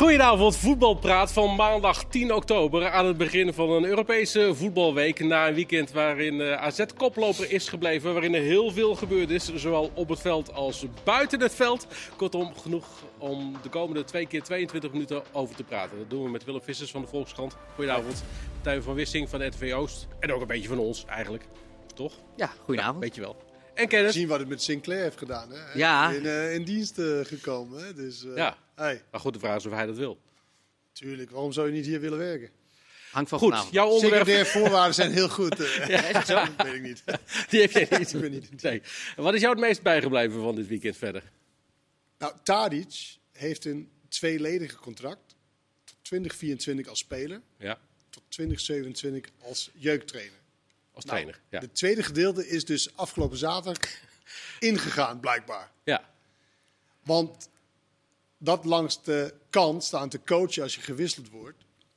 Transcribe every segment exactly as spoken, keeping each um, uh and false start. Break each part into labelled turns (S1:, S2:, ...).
S1: Goedenavond, voetbalpraat van maandag tien oktober aan het begin van een Europese voetbalweek. Na een weekend waarin A Z koploper is gebleven, waarin er heel veel gebeurd is. Zowel op het veld als buiten het veld. Kortom, genoeg om de komende twee keer tweeëntwintig minuten over te praten. Dat doen we met Willem Vissers van de Volkskrant. Goedenavond. Tuin van Wissing van de R T V Oost. En ook een beetje van ons eigenlijk, toch?
S2: Ja, goedenavond.
S1: Ja, weet je wel. En Kenneth.
S3: Zien wat het met Sinclair heeft gedaan. Hè?
S2: Ja.
S3: In, uh, in dienst uh, gekomen. Hè? Dus, uh,
S1: ja,
S3: hey.
S1: Maar goed, de vraag is of hij dat wil.
S3: Tuurlijk, waarom zou je niet hier willen werken?
S2: Hangt van
S1: goed,
S2: vanavond.
S1: jouw onderwerp...
S3: Secundaire voorwaarden zijn heel goed. Uh.
S2: Ja, is het zo?
S3: Dat weet ik niet.
S1: Die heb jij niet.
S3: Ik weet niet.
S1: Nee. Wat is jou het meest bijgebleven van dit weekend verder?
S3: Nou, Tadic heeft een tweeledige contract. Tot twintig vierentwintig als speler.
S1: Ja.
S3: Tot twintig zevenentwintig als jeugdtrainer.
S1: Als
S3: Nou,
S1: trainer, ja.
S3: Het tweede gedeelte is dus afgelopen zaterdag ingegaan, blijkbaar.
S1: Ja.
S3: Want dat langs de kant staan te coachen als je gewisseld wordt.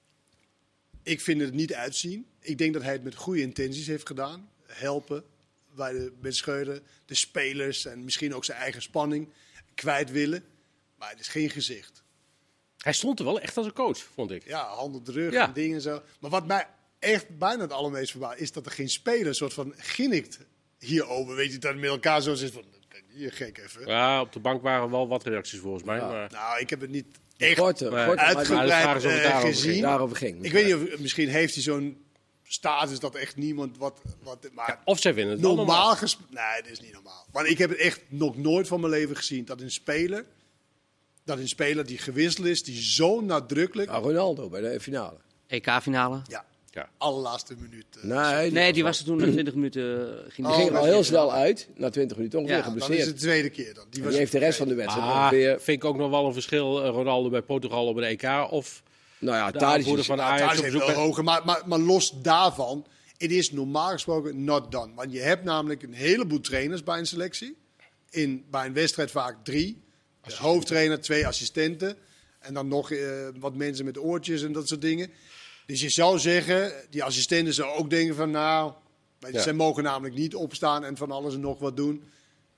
S3: Ik vind het niet uitzien. Ik denk dat hij het met goede intenties heeft gedaan. Helpen bij de, met Schreuder, de spelers en misschien ook zijn eigen spanning kwijt willen. Maar het is geen gezicht.
S1: Hij stond er wel echt als een coach, vond ik.
S3: Ja, hand op de rug
S1: Ja.
S3: en dingen en zo. Maar wat mij echt bijna het allermeest verbaast is dat er geen speler een soort van ginnikt hierover. Weet je, dat het met elkaar zo zit van, kijk, hier gek even.
S1: Ja, op de bank waren wel wat reacties volgens mij.
S4: Ja.
S1: Maar...
S3: Nou, ik heb het niet echt
S4: Gorten,
S1: maar-
S4: Gorten, maar
S3: uitgebreid
S1: Maar de vraag is of het
S3: eh,
S1: daarover
S3: gezien.
S1: ging.
S4: daarover ging.
S3: Ik weet niet of misschien heeft hij zo'n status dat echt niemand wat. wat maar
S1: Of zij vinden het wel
S3: normaal
S1: normaal.
S3: gesproken. Nee, dat is niet normaal. Want ik heb het echt nog nooit van mijn leven gezien dat een speler. Dat een speler die gewisseld is, die zo nadrukkelijk.
S4: Ah, Ronaldo bij de finale.
S2: E K-finale?
S3: Ja,
S1: Ja.
S3: allerlaatste minuut. eh,
S4: Nee,
S2: Nee, die was er toen na twintig minuten. Ging
S4: die
S3: Oh,
S4: ging
S3: dat
S4: al heel
S3: is-
S4: snel uit, na twintig minuten ongeveer
S2: Ja,
S3: dan is
S4: geblesseerd.
S3: het de tweede keer dan. Die
S4: En
S3: was
S4: die heeft de rest van de wedstrijd
S1: Ah,
S4: ongeveer...
S1: vind ik ook nog wel een verschil. eh, Ronaldo bij Portugal op de E K. Of
S4: Nou ja,
S1: de
S4: Tadic
S1: aanvoerder
S4: is...
S1: van
S3: Nou,
S1: Ajax
S3: Tadic
S1: op
S3: heeft
S1: bezoek.
S3: wel hoger, maar, maar, maar los daarvan, het is normaal gesproken not done. Want je hebt namelijk een heleboel trainers bij een selectie. In, bij een wedstrijd vaak drie. De hoofdtrainer, twee assistenten. En dan nog eh, wat mensen met oortjes en dat soort dingen. Dus je zou zeggen, die assistenten zouden ook denken van nou, weet je,
S1: Ja.
S3: zij mogen namelijk niet opstaan en van alles en nog wat doen.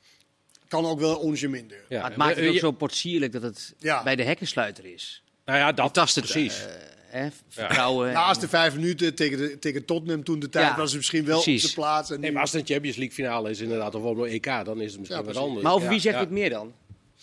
S3: Kan ook wel onsje minder.
S1: Ja.
S2: Maar het maakt het
S1: Eh,
S2: ook
S1: je-
S2: zo potsierlijk dat het
S3: Ja.
S2: bij de hekkensluiter is.
S1: Nou ja,
S2: Je
S1: dat
S2: tast het,
S1: precies.
S2: eh, hè, vertrouwen.
S3: Naast de vijf minuten tegen, de, tegen Tottenham toen de tijd
S2: Ja,
S3: was het misschien wel
S2: precies.
S3: op de plaats. En
S1: Nee,
S3: nu-
S1: maar als het een Champions League finale is inderdaad, of op een E K, dan is het misschien
S3: Ja,
S1: wat
S3: precies.
S1: anders.
S2: Maar over
S1: Ja,
S2: wie zegt
S1: ja.
S2: het meer dan?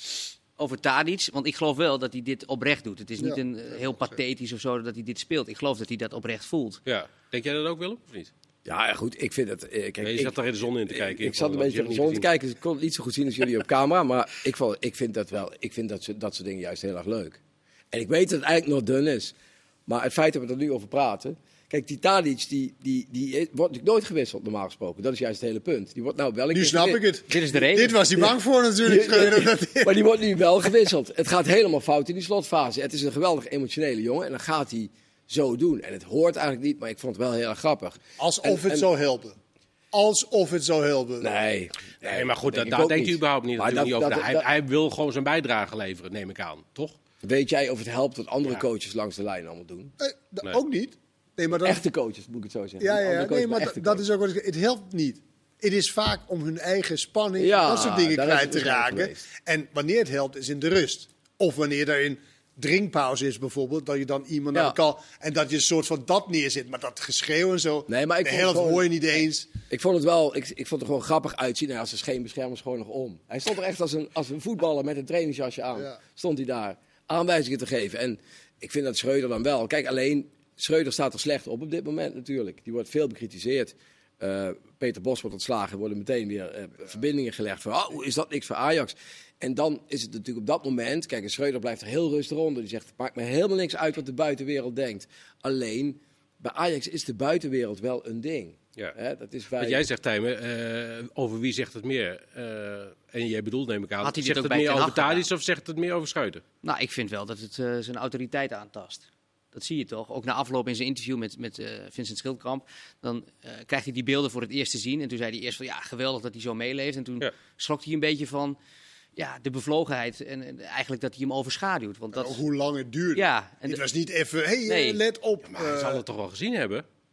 S2: Over Tadic? Want ik geloof wel dat hij dit oprecht doet. Het is niet
S3: Ja.
S2: een, eh, heel pathetisch of zo dat hij dit speelt. Ik geloof dat hij dat oprecht voelt.
S1: Ja. Denk jij dat ook, Willem, of niet?
S4: Ja, goed, ik vind het... eh, Kijk,
S1: Nee, je
S4: ik,
S1: zat daar in de zon in te
S4: ik-
S1: kijken.
S4: Ik, zat een beetje in de zon te kijken, dus ik kon het niet zo goed zien als jullie op camera. Maar ik, vond, ik vind dat wel... Ik vind dat, soort- dat soort dingen juist heel erg leuk. En ik weet dat het eigenlijk nog dun is. Maar het feit dat we er nu over praten... Kijk, die Tadic, die, die, die wordt natuurlijk nooit gewisseld, normaal gesproken. Dat is juist het hele punt. Die wordt nou wel een
S3: nu
S4: keer
S3: snap ik
S4: gewisseld.
S3: het.
S2: Dit is de reden.
S3: Dit was hij bang voor natuurlijk. Schreuder, dat-
S4: Maar die wordt nu wel gewisseld. Het gaat helemaal fout in die slotfase. Het is een geweldig emotionele jongen. En dan gaat hij zo doen. En het hoort eigenlijk niet, maar ik vond het wel heel erg grappig.
S3: Alsof
S4: En-
S3: het
S4: en-
S3: zou helpen. Alsof het zou helpen.
S4: Nee.
S1: Nee, maar goed,
S4: dat
S1: da-
S4: denk
S1: daar
S4: ik ook
S1: denkt
S4: niet.
S1: u überhaupt niet,
S4: Maar
S1: natuurlijk
S4: dat-
S1: niet over.
S4: dat-
S1: hij,
S4: dat-
S1: hij wil gewoon zijn bijdrage leveren, neem ik aan. Toch?
S4: Weet jij of het helpt wat andere
S1: Ja.
S4: coaches langs de lijn allemaal doen?
S3: Eh, d-
S1: Nee.
S3: Ook niet. Nee, maar dan,
S4: Echte coaches, moet ik het zo zeggen.
S3: ja, ja,
S4: Andere
S3: ja.
S4: coaches,
S3: Nee, maar
S4: echte
S3: d- dat
S4: coaches.
S3: is ook wat ik, het helpt niet. Het is vaak om hun eigen spanning,
S4: Ja,
S3: dat soort dingen
S4: daar is
S3: kwijt
S4: het
S3: te
S4: waarschijnlijk
S3: raken.
S4: geweest.
S3: En wanneer het helpt, is in de rust. Of wanneer er een drinkpauze is bijvoorbeeld, dat je dan iemand
S4: Ja.
S3: aan de kant... En dat je een soort van dat neerzit. Maar dat geschreeuw en zo,
S4: Nee, maar ik
S3: de
S4: vond
S3: helft
S4: gewoon-
S3: hoor je niet eens.
S4: Ik vond het wel, ik, ik vond het gewoon grappig uitzien. Nou, zijn scheenbeschermers gewoon nog om. Hij stond er echt als een, als een voetballer met een trainingsjasje aan.
S3: Ja.
S4: Stond hij daar aanwijzingen te geven. En ik vind dat Schreuder dan wel. Kijk, alleen Schreuder staat er slecht op op dit moment natuurlijk. Die wordt veel bekritiseerd. Eh, Peter Bos wordt ontslagen, worden meteen weer eh, verbindingen gelegd van, oh, is dat niks voor Ajax? En dan is het natuurlijk op dat moment, kijk, en Schreuder blijft er heel rustig onder. Die zegt, het maakt me helemaal niks uit wat de buitenwereld denkt. Alleen, bij Ajax is de buitenwereld wel een ding.
S1: Ja.
S4: Hè, dat is bij...
S1: Wat jij zegt, Tijmen, eh, over wie zegt het meer? Eh, en jij bedoelt, neem ik aan,
S2: Had hij dit
S1: zegt
S2: ook
S1: het
S2: bij
S1: meer
S2: Ten
S1: over
S2: Hag gedaan?
S1: Tadic of zegt het meer over Schreuder?
S2: Nou, ik vind wel dat het eh, zijn autoriteit aantast. Dat zie je toch? Ook na afloop in zijn interview met, met uh, Vincent Schildkamp. Dan uh, krijgt hij die beelden voor het eerst te zien. En toen zei hij eerst van ja, geweldig dat hij zo meeleeft. En toen
S1: Ja.
S2: schrok hij een beetje van ja, de bevlogenheid. En, en eigenlijk dat hij hem overschaduwt. Want dat,
S3: Ook hoe lang het duurde.
S2: ja, en
S3: Het
S2: de-
S3: was niet even, hé, hey,
S2: Nee.
S3: let op.
S1: Maar hij
S3: eh,
S1: zal het toch wel gezien hebben?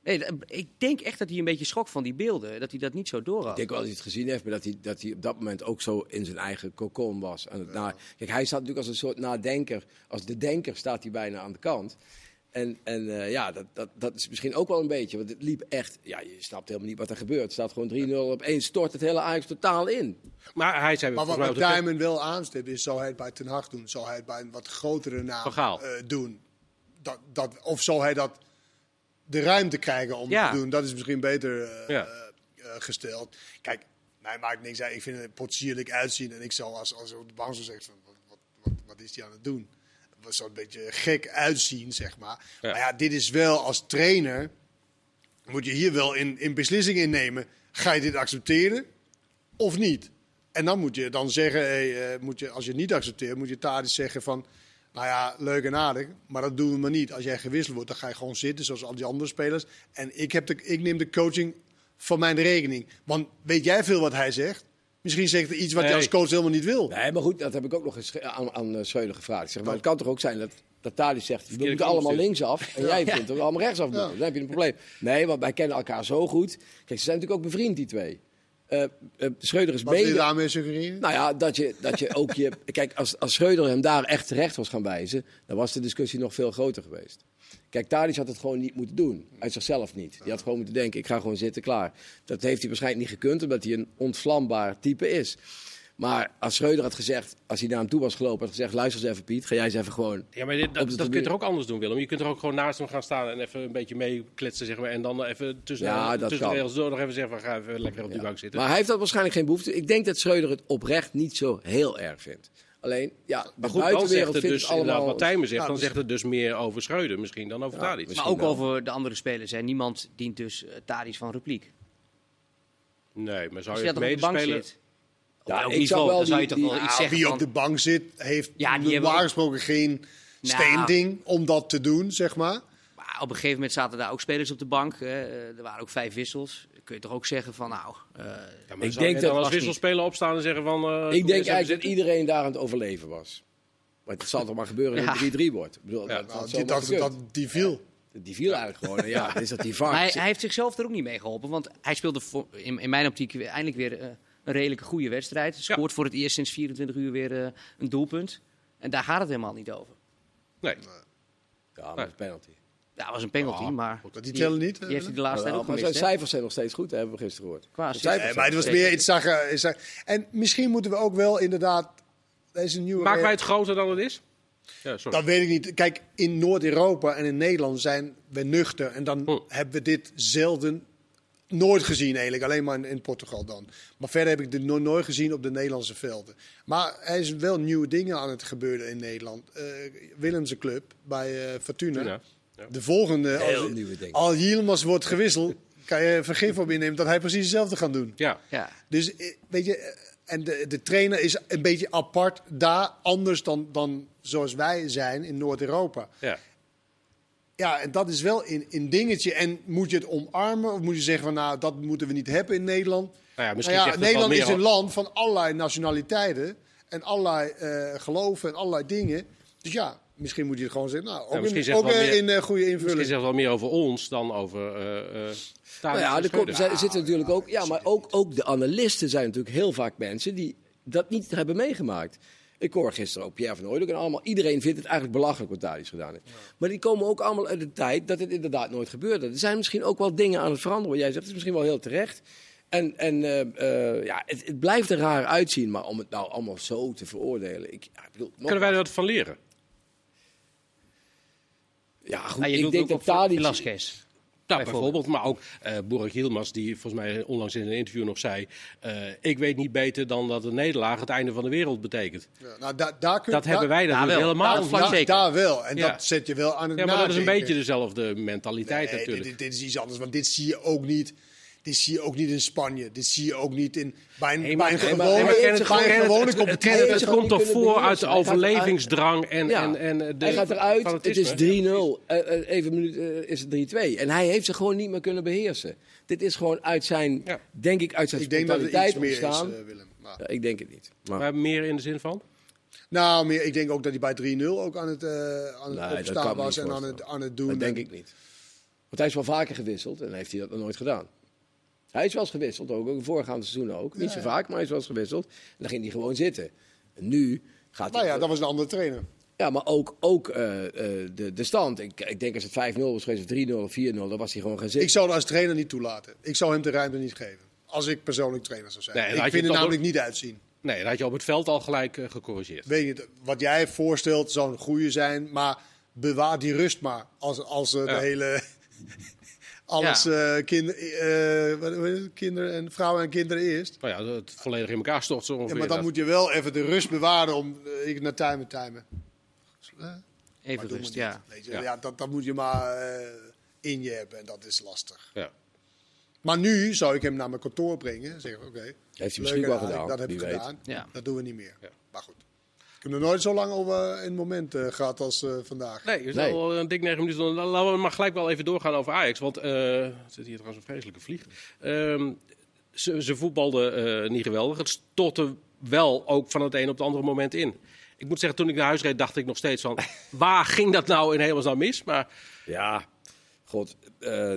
S2: Nee, ik denk echt dat hij een beetje schrok van die beelden. Dat hij dat niet zo door had.
S4: Ik denk wel dat hij het gezien heeft, maar dat hij, dat hij op dat moment ook zo in zijn eigen cocon was. Aan het na... Kijk, hij staat natuurlijk als een soort nadenker. Als de denker staat hij bijna aan de kant. En, en uh, ja, dat, dat, dat is misschien ook wel een beetje. Want het liep echt... Ja, je snapt helemaal niet wat er gebeurt. Het staat gewoon drie nul. Opeens stort het hele Ajax totaal in.
S1: Maar hij zei...
S3: Maar wat
S1: volgens
S3: met
S1: mij op de-
S3: Diamond wel aanstipt is, zou hij het bij Ten Hag doen? Zou hij het bij een wat grotere naam
S1: Van Gaal.
S3: uh, doen? Dat, dat, of zou hij dat de ruimte krijgen om
S2: Ja.
S3: te doen? Dat is misschien beter uh,
S1: Ja.
S3: uh, uh, gesteld. Kijk, mij maakt niks uit. Ik vind het potsierlijk uitzien. En ik zou als, als op de bank zou zeggen, van, wat, wat, wat, wat is die aan het doen? Het zou een beetje gek uitzien, zeg maar.
S1: Ja.
S3: Maar ja, dit is wel als trainer... moet je hier wel in, in beslissingen innemen. Ga je dit accepteren of niet? En dan moet je dan zeggen, hey, uh, moet je, als je het niet accepteert, moet je Tadic zeggen van... Nou ja, leuk en aardig, maar dat doen we maar niet. Als jij gewisseld wordt, dan ga je gewoon zitten, zoals al die andere spelers. En ik, heb de, ik neem de coaching van mijn rekening. Want weet jij veel wat hij zegt? Misschien zegt hij iets wat
S1: Nee.
S3: je als coach helemaal niet wil.
S4: Nee, maar goed, dat heb ik ook nog eens aan, aan uh, Schreuder gevraagd. Ik zeg, maar het kan toch ook zijn dat, dat Tadic zegt, we
S1: Verkeerde
S4: moeten
S1: kant
S4: allemaal
S1: zit.
S4: linksaf. En jij vindt dat we allemaal rechtsaf moeten.
S3: Ja.
S4: Dan heb je een probleem. Nee, want wij kennen elkaar zo goed. Kijk, ze zijn natuurlijk ook bevriend, die twee. Uh, uh, Schreuder is
S3: Wat wil je
S4: mede...
S3: daarmee suggereren?
S4: Nou ja, dat je, dat je ook je... Kijk, als, als Schreuder hem daar echt terecht was gaan wijzen, dan was de discussie nog veel groter geweest. Kijk, Tadic had het gewoon niet moeten doen. Uit zichzelf niet. Die had gewoon moeten denken, ik ga gewoon zitten, klaar. Dat heeft hij waarschijnlijk niet gekund, omdat hij een ontvlambaar type is. Maar als Schreuder had gezegd, als hij naar hem toe was gelopen, had gezegd, luister eens even Piet, ga jij eens even gewoon...
S1: Ja, maar dit,
S4: op
S1: dat,
S4: de
S1: dat kun je
S4: tribune.
S1: toch ook anders doen, Willem? Je kunt er ook gewoon naast hem gaan staan en even een beetje meekletsen, zeg maar. En dan even tussen,
S4: Ja, dat
S1: tussen de
S4: kan.
S1: regels door nog even zeggen van, ga even lekker op die
S4: Ja.
S1: bank zitten.
S4: Maar hij heeft dat waarschijnlijk geen behoefte. Ik denk dat Schreuder het oprecht niet zo heel erg vindt. Alleen, ja, de
S1: Maar goed, dan zegt
S4: buitenwereld
S1: het
S4: vindt
S1: dus,
S4: het allemaal...
S1: inderdaad, wat Tijmen zegt,
S3: Ja,
S1: dan
S3: dus-
S1: zegt het dus meer over Schreuder misschien dan over
S4: Ja,
S1: Tadic.
S4: misschien
S2: Maar ook
S4: wel.
S2: over de andere spelers. Hè. Niemand dient dus uh, Tadic van repliek.
S1: Nee, maar zou
S2: Als
S1: je
S2: je
S1: het
S2: dat op de bank
S1: medespelen...
S2: zit.
S4: Ja,
S2: Op
S4: ik
S2: niveau,
S4: zou wel
S2: dan zou je
S4: die-
S2: toch wel
S4: die-
S2: iets
S3: Nou,
S2: zeggen
S3: wie
S2: van...
S3: op de bank zit, heeft
S2: Ja, die hebben-
S3: normaal gesproken geen
S2: Nou.
S3: standing om dat te doen, zeg maar.
S2: Maar op een gegeven moment zaten daar ook spelers op de bank. Hè. Uh, er waren ook vijf wissels. Dan kun je toch ook zeggen van nou... Uh,
S1: Ja, maar
S4: Ik
S1: ik
S4: denk
S1: denk
S4: dat
S1: dat als
S2: was
S1: wisselspeler opstaan en zeggen van... uh,
S4: Ik denk
S1: even
S4: eigenlijk dat
S1: zitten.
S4: iedereen daar aan het overleven was. Maar het zal toch maar gebeuren dat
S2: Ja.
S4: het drie drie wordt. Ik bedoel,
S1: Ja.
S4: dat,
S3: Nou,
S4: dat,
S3: die,
S4: zomaar
S3: dat,
S4: gekund.
S3: dat, die viel.
S4: Die viel eigenlijk gewoon. Ja, is dat die vaak.
S2: maar hij, hij heeft zichzelf er ook niet mee geholpen. Want hij speelde voor, in, in mijn optiek weer- eindelijk weer uh, een redelijke goede wedstrijd. Scoort voor het eerst sinds vierentwintig uur weer uh, een doelpunt. En daar gaat het helemaal niet over.
S1: Nee.
S4: Ja, maar dat is penalty.
S2: Ja, het was een penalty,
S1: Ja,
S2: maar
S3: Maar die tellen niet.
S2: die heeft hij de laatste tijd
S4: Ja,
S2: ook
S4: maar
S2: gemist.
S4: zijn
S2: hè?
S4: cijfers zijn nog steeds goed, hè, hebben we gisteren gehoord.
S2: Qua
S4: De
S2: assist.
S4: cijfers
S3: Nee,
S4: zijn
S3: maar het was
S2: Zeker.
S3: meer, het zag, er- het zag- en misschien moeten we ook wel inderdaad deze nieuwe...
S1: Maken wij het groter dan het is? Ja, sorry.
S3: Dat weet ik niet. Kijk, in Noord-Europa en in Nederland zijn we nuchter. En dan
S1: Hm.
S3: hebben we dit zelden nooit gezien eigenlijk. Alleen maar in, in Portugal dan. Maar verder heb ik dit no- nooit gezien op de Nederlandse velden. Maar er is wel nieuwe dingen aan het gebeuren in Nederland. Uh, Willemse club bij uh, Fortuna.
S1: Fortuna, ja.
S3: De volgende,
S4: Heel
S3: als,
S4: nieuwe dingen.
S3: als Yilmaz wordt gewisseld, kan je vergif op innemen dat hij precies hetzelfde gaat doen.
S1: Ja.
S2: Ja.
S3: Dus eh, weet je, eh, en de, de trainer is een beetje apart daar, anders dan, dan zoals wij zijn in Noord-Europa.
S1: Ja.
S3: Ja, en dat is wel een, een dingetje. En moet je het omarmen of moet je zeggen van nou, dat moeten we niet hebben in Nederland?
S1: Nou ja, misschien
S3: Nou ja,
S1: zegt het wel
S3: Nederland
S1: meer
S3: is een
S1: al-
S3: land van allerlei nationaliteiten en allerlei eh, geloven en allerlei dingen. Dus ja, misschien moet je het gewoon zeggen, nou, ook,
S1: misschien
S3: een,
S1: zegt
S3: ook
S1: het wel
S3: eh,
S1: meer-
S3: in eh, goede
S1: Misschien
S3: invulling.
S1: zegt het wel meer over ons dan over uh, uh, Tadic
S4: Nou ja,
S1: en
S4: er komt-
S1: Schreuder.
S4: er zitten natuurlijk ook, ja, maar ook, ook de analisten zijn natuurlijk heel vaak mensen die dat niet hebben meegemaakt. Ik hoor gisteren ook Pierre van Hooydonk en allemaal. Iedereen vindt het eigenlijk belachelijk wat Tadic gedaan heeft. Maar die komen ook allemaal uit de tijd dat het inderdaad nooit gebeurde. Er zijn misschien ook wel dingen aan het veranderen. Wat jij zegt, het is misschien wel heel terecht. En, en uh, uh, ja, het, het blijft er raar uitzien. Maar om het nou allemaal zo te veroordelen. Ik, ja, ik bedoel,
S1: Kunnen wij er wat van leren?
S4: Ja, goed.
S2: Maar je
S4: ik
S2: doet
S4: denk
S2: ook
S4: dat
S2: op
S4: Tadic...
S2: Velasquez.
S1: Nou,
S2: Bijvoorbeeld.
S1: bijvoorbeeld, maar ook uh, Burak Yilmaz, die volgens mij onlangs in een interview nog zei... Uh, ik weet niet beter dan dat een nederlaag het einde van de wereld betekent.
S3: Ja, nou, da, daar kun,
S1: Dat hebben wij
S2: daar
S1: natuurlijk
S2: wel.
S1: helemaal
S2: Daar
S1: niet.
S2: vlak
S3: daar,
S2: zeker.
S3: daar wel. En
S1: Ja.
S3: dat zet je wel aan het
S1: Ja, maar dat is een
S3: nadenken.
S1: beetje dezelfde mentaliteit
S3: Nee,
S1: natuurlijk.
S3: Dit, dit is iets anders, want dit zie je ook niet. Dit zie je ook niet in Spanje. Dit zie je ook niet in bij een,
S1: Nee,
S3: bij
S1: maar-
S3: een
S1: nee, maar-
S3: gewone,
S1: nee, maar
S3: bij
S1: Kenneth,
S3: een
S1: Kenneth,
S3: gewone
S1: het-
S3: competitie.
S1: Kenneth,
S4: heeft
S1: het
S4: gewoon
S1: komt
S4: niet
S1: toch
S4: kunnen
S1: voor uit de
S4: beheersen. Hij gaat
S1: overlevingsdrang en,
S4: Ja.
S1: en, en de
S4: Hij gaat eruit, het is
S1: fanatisme.
S4: drie nul. Uh, uh, even een minuut uh, is het drie twee. En hij heeft zich gewoon niet meer kunnen beheersen. Dit is gewoon uit zijn,
S1: Ja.
S4: denk ik, uit zijn
S3: Ik denk dat er
S4: spontaniteit
S3: iets meer is,
S4: ontstaan.
S3: uh, Willem. Maar,
S4: Ja, ik denk het niet. Maar,
S1: Maar meer in de zin van?
S3: nou, meer, ik denk ook dat hij bij drie nul ook aan het, uh, aan het
S4: Nee, dat kan
S3: opstaan
S4: me
S3: was
S4: niet
S3: en aan het,
S4: voorstellen.
S3: aan het doen.
S4: dat denk
S3: En-
S4: ik niet. Want hij is wel vaker gewisseld en heeft hij dat nog nooit gedaan. Hij is wel eens gewisseld, ook, ook in voorgaande seizoenen ook. Niet
S3: Ja,
S4: zo
S3: ja.
S4: vaak, maar hij is wel eens gewisseld. En dan ging hij gewoon zitten. En nu gaat hij...
S3: Nou ja, dat was een andere trainer.
S4: Ja, maar ook, ook uh, uh, de, de stand. Ik, ik denk als het vijf nul was geweest, of drie nul of vier nul, dan was hij gewoon gaan zitten.
S3: Ik zou dat als trainer niet toelaten. Ik zou hem de ruimte niet geven. Als ik persoonlijk trainer zou zijn.
S1: Nee, dan
S3: ik
S1: had je
S3: vind het
S1: het
S3: namelijk niet uitzien.
S1: Nee, dan had je op het veld al gelijk uh, gecorrigeerd.
S3: Weet je, wat jij voorstelt zou een goede zijn, maar bewaar die rust maar. Als, als uh,
S1: Ja.
S3: de hele... Alles,
S2: Ja.
S3: uh, kinder, uh, wat, hoe heet het? Kinderen en vrouwen en kinderen eerst.
S1: Nou ja, het volledig in elkaar stort zo
S3: Ja,
S1: ongeveer.
S3: maar dan
S1: dat.
S3: moet je wel even de rust bewaren om uh, naar timen timen. Uh,
S2: Even
S3: doe
S2: rust,
S3: maar
S2: ja.
S3: niet, weet je.
S1: Ja.
S3: Ja, dat, dat moet je maar uh, in je hebben en dat is lastig.
S1: Ja.
S3: Maar nu zou ik hem naar mijn kantoor brengen en zeggen, oké. Okay,
S4: Heeft hij misschien wel gedaan,
S3: Dat heb
S4: wie
S3: ik
S4: weet.
S3: gedaan.
S2: Ja.
S3: Dat doen we niet meer.
S1: Ja.
S3: Maar goed. Ik heb nog nooit zo lang over een moment uh, gehad als uh, vandaag.
S1: Nee, we
S4: Nee.
S1: zijn al een dik negen minuten. Dan laten we maar gelijk wel even doorgaan over Ajax. Want uh, er zit hier trouwens een vreselijke vlieg. Um, ze, ze voetbalden uh, niet geweldig. Het stortte wel ook van het een op het andere moment in. Ik moet zeggen, toen ik naar huis reed, dacht ik nog steeds van... waar ging dat nou in hemelsnaam mis? Maar
S4: Ja, god. Uh,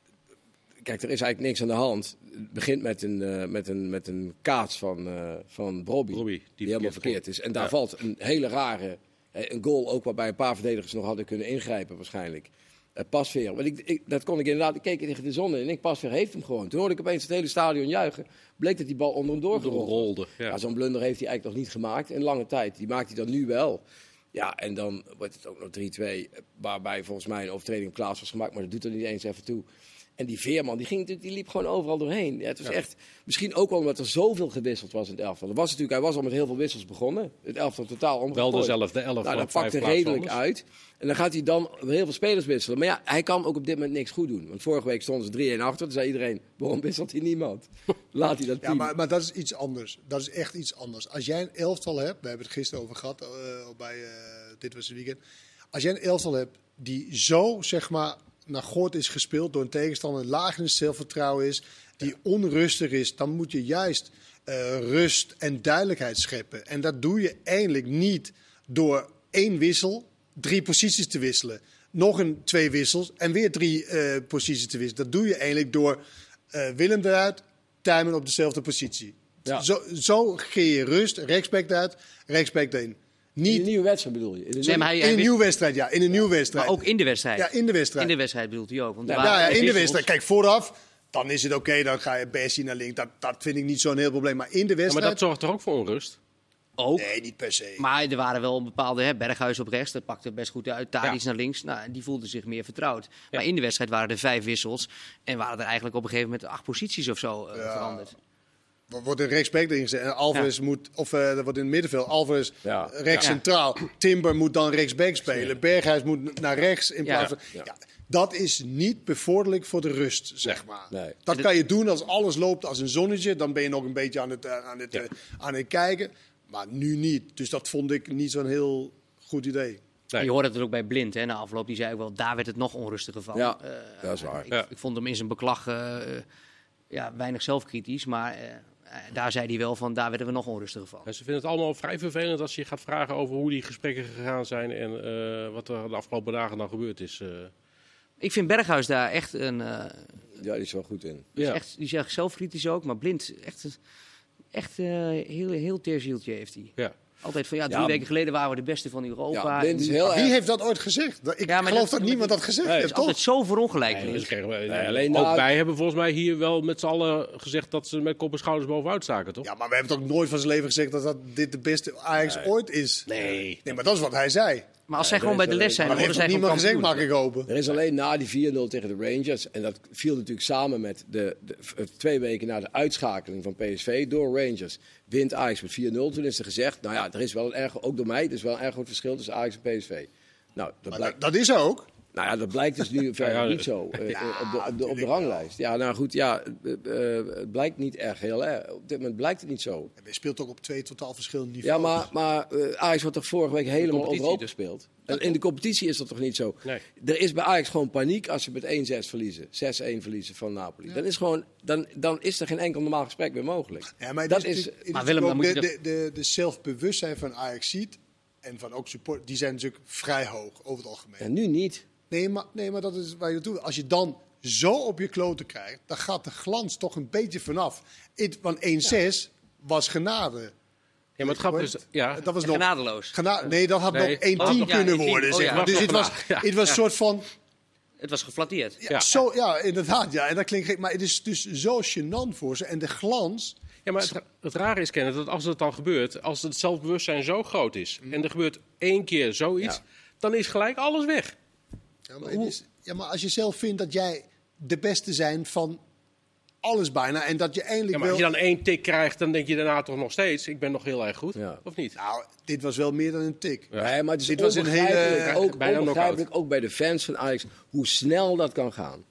S4: kijk, er is eigenlijk niks aan de hand. Het begint met een, uh, met een, met een kaats van, uh, van Brobby,
S1: Robbie, die,
S4: die helemaal
S1: verkeerd
S4: verkeerd is. En daar
S1: Ja.
S4: valt een hele rare... eh, Een goal ook waarbij een paar verdedigers nog hadden kunnen ingrijpen waarschijnlijk. Uh, Pasveer. Want ik, ik, dat kon ik inderdaad... Ik keek tegen de zon en ik denk, Pasveer heeft hem gewoon. Toen hoorde ik opeens het hele stadion juichen. Bleek dat die bal onder hem doorgerold was.
S1: rolde. Ja.
S4: Ja, zo'n blunder heeft hij eigenlijk nog niet gemaakt in lange tijd. Die maakt hij dan nu wel. Ja, en dan wordt het ook nog drie twee. Waarbij volgens mij een overtreding op Klaas was gemaakt. Maar dat doet er niet eens even toe. En die Veerman, die, ging, natuurlijk- die liep gewoon overal doorheen. Ja, het was
S1: Ja.
S4: echt... Misschien ook wel omdat er zoveel gewisseld was in het elftal. Er was natuurlijk, hij was al met heel veel wissels begonnen. Het elftal totaal omgegooid.
S1: Wel dezelfde elf.
S4: Nou,
S1: van
S4: dat
S1: vijf
S4: pakt er
S1: plaatsvallers.
S4: redelijk uit. En dan gaat hij dan heel veel spelers wisselen. Maar ja, hij kan ook op dit moment niks goed doen. Want vorige week stonden ze drie een achter. Toen zei iedereen, waarom wisselt hij niemand? Laat hij dat
S3: Ja,
S4: team.
S3: maar, maar dat is iets anders. Dat is echt iets anders. Als jij een elftal hebt, we hebben het gisteren over gehad, uh, bij uh, dit was het weekend. Als jij een elftal hebt die zo, zeg maar, naar God is gespeeld door een tegenstander, laag in het zelfvertrouwen is, die onrustig is, dan moet je juist uh, rust en duidelijkheid scheppen. En dat doe je eigenlijk niet door één wissel, drie posities te wisselen. Nog een twee wissels en weer drie uh, posities te wisselen. Dat doe je eigenlijk door uh, Willem eruit, Tijmen op dezelfde positie.
S4: Ja.
S3: Zo, zo creëer je rust, rechtsback eruit, rechtsback erin.
S4: In
S3: Niet
S4: een nieuwe wedstrijd bedoel je? In een
S2: Nee, maar hij,
S3: in
S2: hij
S3: een
S2: wist-
S3: nieuwe wedstrijd, ja. In een nieuwe wedstrijd.
S2: maar ook in de wedstrijd.
S3: Ja, in de wedstrijd.
S2: In de wedstrijd bedoelt hij ook. Want er
S4: Ja,
S2: waren
S3: Ja, ja, in de
S2: wissels.
S3: wedstrijd. Kijk, vooraf, dan is het oké, dan ga je Bessie naar links. Dat, dat vind ik niet zo'n heel probleem. Maar in de
S1: Ja, maar
S3: wedstrijd...
S1: dat zorgt er ook voor onrust.
S2: Ook.
S3: Nee, niet per se.
S2: Maar er waren wel een bepaalde, hè, Berghuis op rechts, dat pakte best goed uit. Tadic
S1: Ja.
S2: naar links, nou, die voelde zich meer vertrouwd. Maar in de wedstrijd waren er vijf wissels. En waren er eigenlijk op een gegeven moment acht posities of zo uh,
S3: Ja.
S2: veranderd.
S3: Er wordt een rechtsback erin gezet. En Alvarez moet, of uh, er wordt in het middenveld, Alvarez
S4: Ja.
S3: rechts
S2: Ja.
S3: centraal. Timber moet dan rechtsback spelen. Berghuis moet naar rechts in
S2: Ja.
S3: plaats van...
S4: Ja.
S3: Ja, dat is niet bevorderlijk voor de rust, zeg maar.
S4: Nee.
S3: Dat kan je doen als alles loopt als een zonnetje. Dan ben je nog een beetje aan het, uh, aan het, uh, aan het kijken. Maar nu niet. Dus dat vond ik niet zo'n heel goed idee.
S1: Nee.
S2: Je hoorde het ook bij Blind, hè, na afloop. Die zei ook wel, daar werd het nog onrustiger van.
S4: Ja,
S2: Eh,
S4: dat is waar.
S2: Ik,
S1: Ja.
S2: ik vond hem in zijn beklag uh, ja, weinig zelfkritisch. Maar uh, daar zei hij wel van, daar werden we nog onrustiger van.
S1: En ze vinden het allemaal vrij vervelend als je gaat vragen over hoe die gesprekken gegaan zijn en uh, wat er de afgelopen dagen dan gebeurd is. Uh.
S2: Ik vind Berghuis daar echt een... Uh,
S4: Ja, die is wel goed in.
S2: die, is
S1: Ja.
S2: echt, die zegt zelfkritisch ook, maar Blind echt, echt uh, heel, heel teer zieltje heeft hij.
S1: Ja.
S2: Altijd van, ja, drie
S4: Ja,
S2: weken geleden waren we de beste van Europa.
S4: Ja, Blind is
S2: En
S4: heel
S3: Maar wie
S4: erg...
S3: heeft dat ooit gezegd? Ik
S2: Ja, maar
S3: geloof
S2: dat-
S3: dat, niemand dat gezegd
S1: Nee,
S3: heeft,
S2: is altijd
S3: toch?
S2: zo verongelijkt.
S1: Nee,
S2: Blind.
S1: dus kregen we,
S4: Nee, alleen
S1: ook
S4: na-
S1: wij hebben volgens mij hier wel met z'n allen gezegd dat ze met kop en schouders bovenuit staken, toch?
S3: Ja, maar we hebben toch nooit van zijn leven gezegd dat, dat dit de beste Ajax ooit is?
S1: Nee.
S3: Nee, maar dat is wat hij zei.
S2: Maar als zij
S4: Ja,
S2: gewoon bij
S4: dat
S2: de
S4: is
S2: les zijn,
S3: Maar
S2: dan
S3: dat
S2: worden
S3: heeft
S2: zij
S3: nog
S2: gewoon
S3: niemand gezegd,
S2: kampioen.
S3: mag ik hopen.
S4: Er is alleen na die vier nul tegen de Rangers, en dat viel natuurlijk samen met de, de, de twee weken na de uitschakeling van P S V door Rangers, wint Ajax met vier nul. Toen is er gezegd, nou ja, er is wel een erg, ook door mij, er is wel een erg groot verschil tussen Ajax en P S V. Nou, dat
S3: Maar
S4: blijkt,
S3: dat, dat is ook.
S4: nou ja, dat blijkt dus nu verder
S1: Ja, ja,
S4: niet zo eh,
S3: ja,
S4: op, de, op, de, op de
S3: tuurlijk
S4: ranglijst. Ja, nou goed, ja, eh, eh, het blijkt niet echt heel erg. Op dit moment blijkt het niet zo.
S3: Hij speelt ook op twee totaal verschillende
S4: Ja,
S3: niveaus.
S4: maar, maar uh, Ajax wordt toch vorige week helemaal
S2: competitie
S4: overhoop
S2: dus.
S4: gespeeld. En in de competitie is dat toch niet zo?
S1: Nee.
S4: Er is bij Ajax gewoon paniek als ze met één zes verliezen. zes een verliezen van Napoli. Dan, is gewoon, dan, dan is er geen enkel normaal gesprek meer mogelijk.
S3: Ja, maar
S4: dat
S3: het is,
S4: is-
S3: natuurlijk- het
S2: maar
S3: is
S2: Willem, dan
S3: ook
S2: moet
S3: de,
S2: je
S3: de, de, de zelfbewustzijn van Ajax ziet en van ook support, die zijn natuurlijk vrij hoog over het algemeen.
S4: En nu niet.
S3: Nee, maar, nee, maar dat is waar je naartoe. Als je dan zo op je kloten krijgt, dan gaat de glans toch een beetje vanaf. Het, want één zes was genade.
S1: Ja, maar het grappige is... Ja,
S3: Dat was nog
S2: Genadeloos.
S3: gena- nee, dat had
S1: Nee.
S3: nog één
S1: Oh,
S3: tien
S2: ja,
S3: kunnen
S2: één tien.
S3: worden.
S2: Oh,
S3: zeg
S2: ja.
S3: maar. Dus
S1: Nog
S3: het was,
S1: vandaag, ja.
S3: het was een soort van...
S2: Het was geflatteerd.
S3: Ja,
S1: Ja.
S3: Zo, ja, inderdaad. Ja. En dat klinkt gek, maar het is dus zo gênant voor ze. En de glans...
S1: Ja, maar het, het rare is, Kenneth, dat als het dan gebeurt, als het zelfbewustzijn zo groot is en er gebeurt één keer zoiets,
S4: Ja.
S1: dan is gelijk alles weg.
S3: Ja maar, het is, ja, maar als je zelf vindt dat jij de beste zijn van alles bijna... en dat je eindelijk
S1: Ja, maar als
S3: wel...
S1: je dan één tik krijgt, dan denk je daarna toch nog steeds, ik ben nog heel erg goed.
S4: Ja.
S1: Of niet?
S3: Nou, dit was wel meer dan een tik.
S1: Ja.
S4: Nee, maar het is
S3: Dit was een
S4: onbegrijpelijk,
S3: hele-
S4: ook,
S1: bijna
S4: onbegrijpelijk ook bij de fans van Ajax, hoe snel dat kan gaan.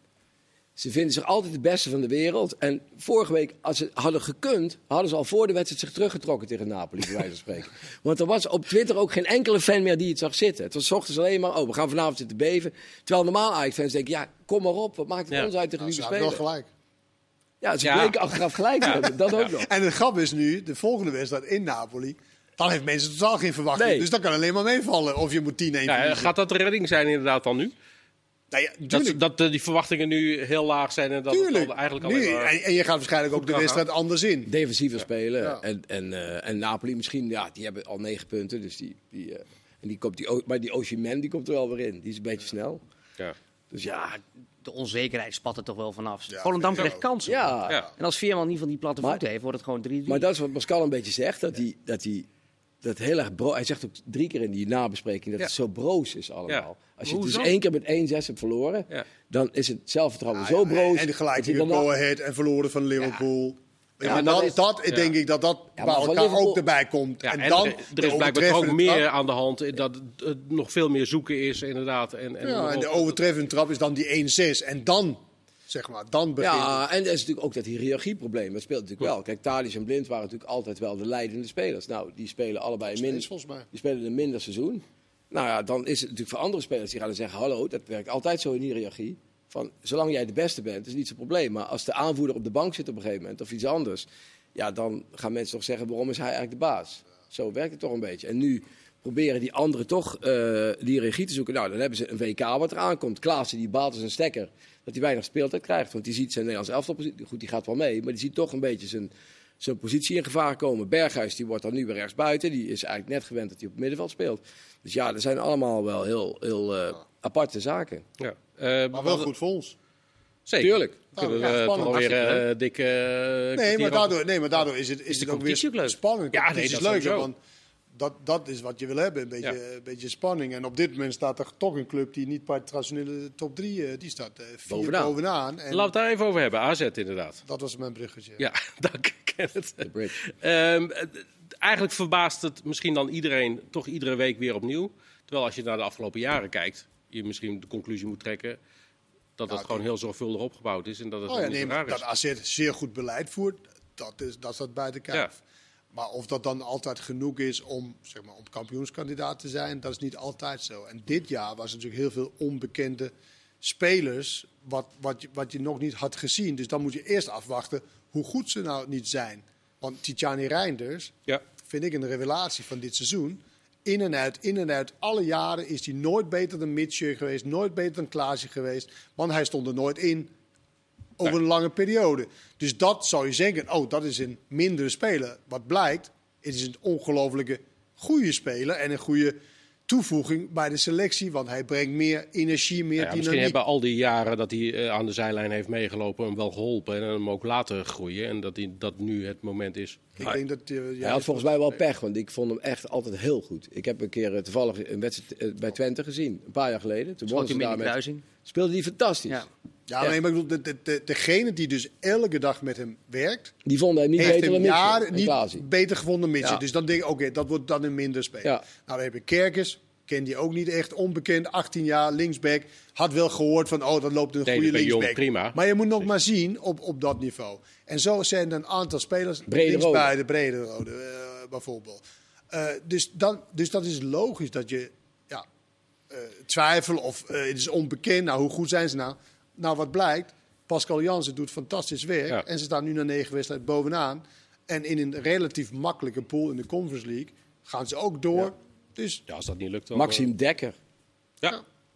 S4: Ze vinden zich altijd de beste van de wereld. En vorige week, als ze hadden gekund, hadden ze al voor de wedstrijd zich teruggetrokken tegen Napoli, bij wijze van spreken. Want er was op Twitter ook geen enkele fan meer die het zag zitten. Het was 's ochtends alleen maar, oh, we gaan vanavond zitten beven. Terwijl normaal Ajax-fans denken, ja, kom maar op, wat maakt het
S1: Ja.
S4: ons uit tegen
S3: Nou,
S4: wie
S3: ze
S4: we
S3: hadden wel
S4: spelen?
S3: gelijk.
S4: Ja, ze
S1: Ja.
S4: bleken achteraf gelijk te hebben. Dat ook nog.
S3: En de grap is nu, de volgende wedstrijd in Napoli... dan heeft mensen totaal geen verwachting.
S4: Nee.
S3: Dus dat kan alleen maar meevallen. Of je moet tien één
S1: Ja,
S3: verliezen.
S1: gaat dat de redding zijn inderdaad dan nu?
S3: Nou ja,
S1: Dat,
S3: tuurlijk.
S1: dat eh, die verwachtingen nu heel laag zijn en dat
S3: tuurlijk.
S1: het al eigenlijk
S3: Nu,
S1: alleen maar...
S3: en, en je gaat waarschijnlijk ook de
S1: kan
S3: wedstrijd anders in.
S4: Defensiever spelen.
S3: Ja.
S4: En, en, eh, en Napoli misschien, ja, die hebben al negen punten. Dus die, die, eh, en die komt die, O- maar die Osimhen, die komt er wel weer in. Die is een beetje snel.
S1: Ja.
S4: Dus ja,
S2: De onzekerheid spat er toch wel vanaf.
S3: Ja,
S2: Volendam
S3: vind ik
S2: krijgt
S3: ook.
S2: kansen.
S4: ja.
S1: Ja.
S2: En als Veerman niet van die platte
S4: Maar-
S2: voeten heeft, wordt het gewoon drie drie.
S4: Maar dat is wat Pascal een beetje zegt. Dat hij, dat hij dat heel erg bro- hij zegt ook drie keer in die nabespreking dat
S1: Ja.
S4: het zo broos is allemaal.
S1: Ja.
S4: Als je het dus
S1: Hoezo?
S4: één keer met één zes hebt verloren,
S1: Ja.
S4: dan is het zelfvertrouwen
S3: Ah,
S4: zo
S3: ja,
S4: broos.
S3: En gelijk
S4: dat je
S3: tegen
S4: daarna-
S3: Go Ahead en verloren van Liverpool. Weet je,
S4: Ja,
S3: maar
S4: dat
S3: dat,
S4: is-
S3: dat
S1: ja.
S3: denk ik dat dat
S4: Ja,
S3: bij
S4: maar van
S3: elkaar
S4: Liverpool-
S3: ook erbij komt.
S1: Ja,
S3: en,
S1: en
S3: dan
S1: er, er is blijkbaar toch ook
S3: overtreffende
S1: meer
S3: trap.
S1: aan de hand, dat het, het nog veel meer zoeken is inderdaad. En, en,
S3: Ja, en de overtreffende trap is dan die één zes. En dan, zeg maar, dan begint het.
S4: Ja, en er is natuurlijk ook dat hiërarchieprobleem. Dat speelt natuurlijk wel. Kijk, Tadic en Blind waren natuurlijk altijd wel de leidende spelers. Nou, die spelen allebei
S3: Steeds,
S4: minder.
S3: volgens mij.
S4: Die spelen een minder seizoen. Nou ja, dan is het natuurlijk voor andere spelers die gaan dan zeggen: hallo, dat werkt altijd zo in hiërarchie. Van, zolang jij de beste bent, is niet zo'n probleem. Maar als de aanvoerder op de bank zit op een gegeven moment of iets anders, ja, dan gaan mensen toch zeggen: waarom is hij eigenlijk de baas? Zo werkt het toch een beetje. En nu proberen die anderen toch uh, die regie te zoeken. Nou, dan hebben ze een W K wat eraan komt. Klaassen die baalt als een stekker dat hij weinig speeltijd krijgt. Want die ziet zijn Nederlands elftal, goed, die gaat wel mee, maar die ziet toch een beetje zijn, zijn positie in gevaar komen. Berghuis die wordt dan nu weer rechtsbuiten. Die is eigenlijk net gewend dat hij op het middenveld speelt. Dus ja, er zijn allemaal wel heel, heel uh, aparte zaken.
S1: Ja. Uh,
S3: Maar wel goed voor ons.
S1: Zeker.
S4: Tuurlijk.
S1: Kunnen we
S3: Ja,
S1: uh, toch
S3: spannend.
S1: alweer uh, dikke... Uh,
S3: Nee, maar
S1: kwartier
S3: daardoor, nee, maar daardoor is het, is
S2: de
S3: het ook weer
S2: competitie ook leuk?
S3: spannend.
S1: Ja,
S3: Ja,
S1: nee,
S3: is
S1: dat
S3: leuker,
S1: sowieso.
S3: want dat, dat is wat je wil hebben. Een beetje,
S1: Ja.
S3: een beetje spanning. En op dit moment staat er toch een club die niet bij de traditionele top drie, uh, die staat uh, vier
S4: Bovenaan.
S3: bovenaan. En
S1: Laten we het daar even over hebben. A Z inderdaad.
S3: dat was mijn bruggetje.
S1: Ja, dank Kenneth.
S4: De bridge.
S1: Um, eigenlijk verbaast het misschien dan iedereen toch iedere week weer opnieuw. Terwijl als je naar de afgelopen jaren kijkt, je misschien de conclusie moet trekken dat het
S3: Ja,
S1: gewoon heel zorgvuldig opgebouwd is en dat het
S3: Oh ja,
S1: niet
S3: nee,
S1: zo
S3: maar
S1: raar is.
S3: dat A Z zeer goed beleid voert, dat, is, dat staat buiten kijf.
S1: Ja.
S3: Maar of dat dan altijd genoeg is om, zeg maar, om kampioenskandidaat te zijn, dat is niet altijd zo. En dit jaar was er natuurlijk heel veel onbekende spelers, wat, wat, je, wat je nog niet had gezien. Dus dan moet je eerst afwachten hoe goed ze nou niet zijn. Want Tijani Reinders
S1: Ja.
S3: vind ik een revelatie van dit seizoen. In en uit, in en uit. Alle jaren is hij nooit beter dan Mitchell geweest, nooit beter dan Klaasje geweest. Want hij stond er nooit in over
S1: Nee.
S3: een lange periode. Dus dat zou je zeggen, oh, dat is een mindere speler. Wat blijkt, het is een ongelofelijke goede speler en een goede toevoeging bij de selectie. Want hij brengt meer energie, meer
S1: Ja, misschien
S3: dynamiek.
S1: hebben al die jaren dat hij uh, aan de zijlijn heeft meegelopen hem wel geholpen en hem ook laten groeien. En dat hij, dat nu het moment is.
S3: Ik denk dat, uh,
S4: Hij had volgens mij wel pech, want ik vond hem echt altijd heel goed. Ik heb een keer uh, toevallig een wedstrijd uh, bij Twente gezien, een paar jaar geleden. Toen
S2: Schoot
S4: wonnen
S2: hij
S4: ze
S2: hem in
S4: daar
S2: de
S4: met...
S2: kruising.
S4: Speelde hij fantastisch.
S2: Ja.
S3: Ja,
S4: Ja.
S3: nee, maar ik bedoel, de, de, de, degene die dus elke dag met hem werkt,
S4: Die vonden hem niet
S3: heeft
S4: beter
S3: hem
S4: dan Mitchell
S3: jaren
S4: en
S3: niet
S4: Klaasie.
S3: beter gevonden dan Mitchell.
S4: Ja.
S3: Dus dan denk ik, oké, dat wordt dan een minder speler.
S4: Ja.
S3: Nou, dan heb je Kerkers, ken die ook niet echt, onbekend, achttien jaar, linksback. Had wel gehoord van, oh, dat loopt een
S1: Nee,
S3: goede
S1: bij Jong
S3: linksback.
S1: prima.
S3: Maar je moet nog maar zien op, op dat niveau. En zo zijn er een aantal spelers,
S4: Brede
S3: linksbuiten, brede rode uh, bijvoorbeeld. Uh, dus, dan, dus dat is logisch dat je ja, uh, twijfelt of uh, het is onbekend. Nou, hoe goed zijn ze nou? Nou, wat blijkt, Pascal Jansen doet fantastisch werk.
S1: Ja.
S3: En ze staan nu na negen wedstrijden bovenaan. En in een relatief makkelijke pool in de Conference League gaan ze ook door.
S4: Ja.
S3: Dus
S1: Ja, als dat niet lukt dan...
S4: Maxime Dekker.
S1: Ja.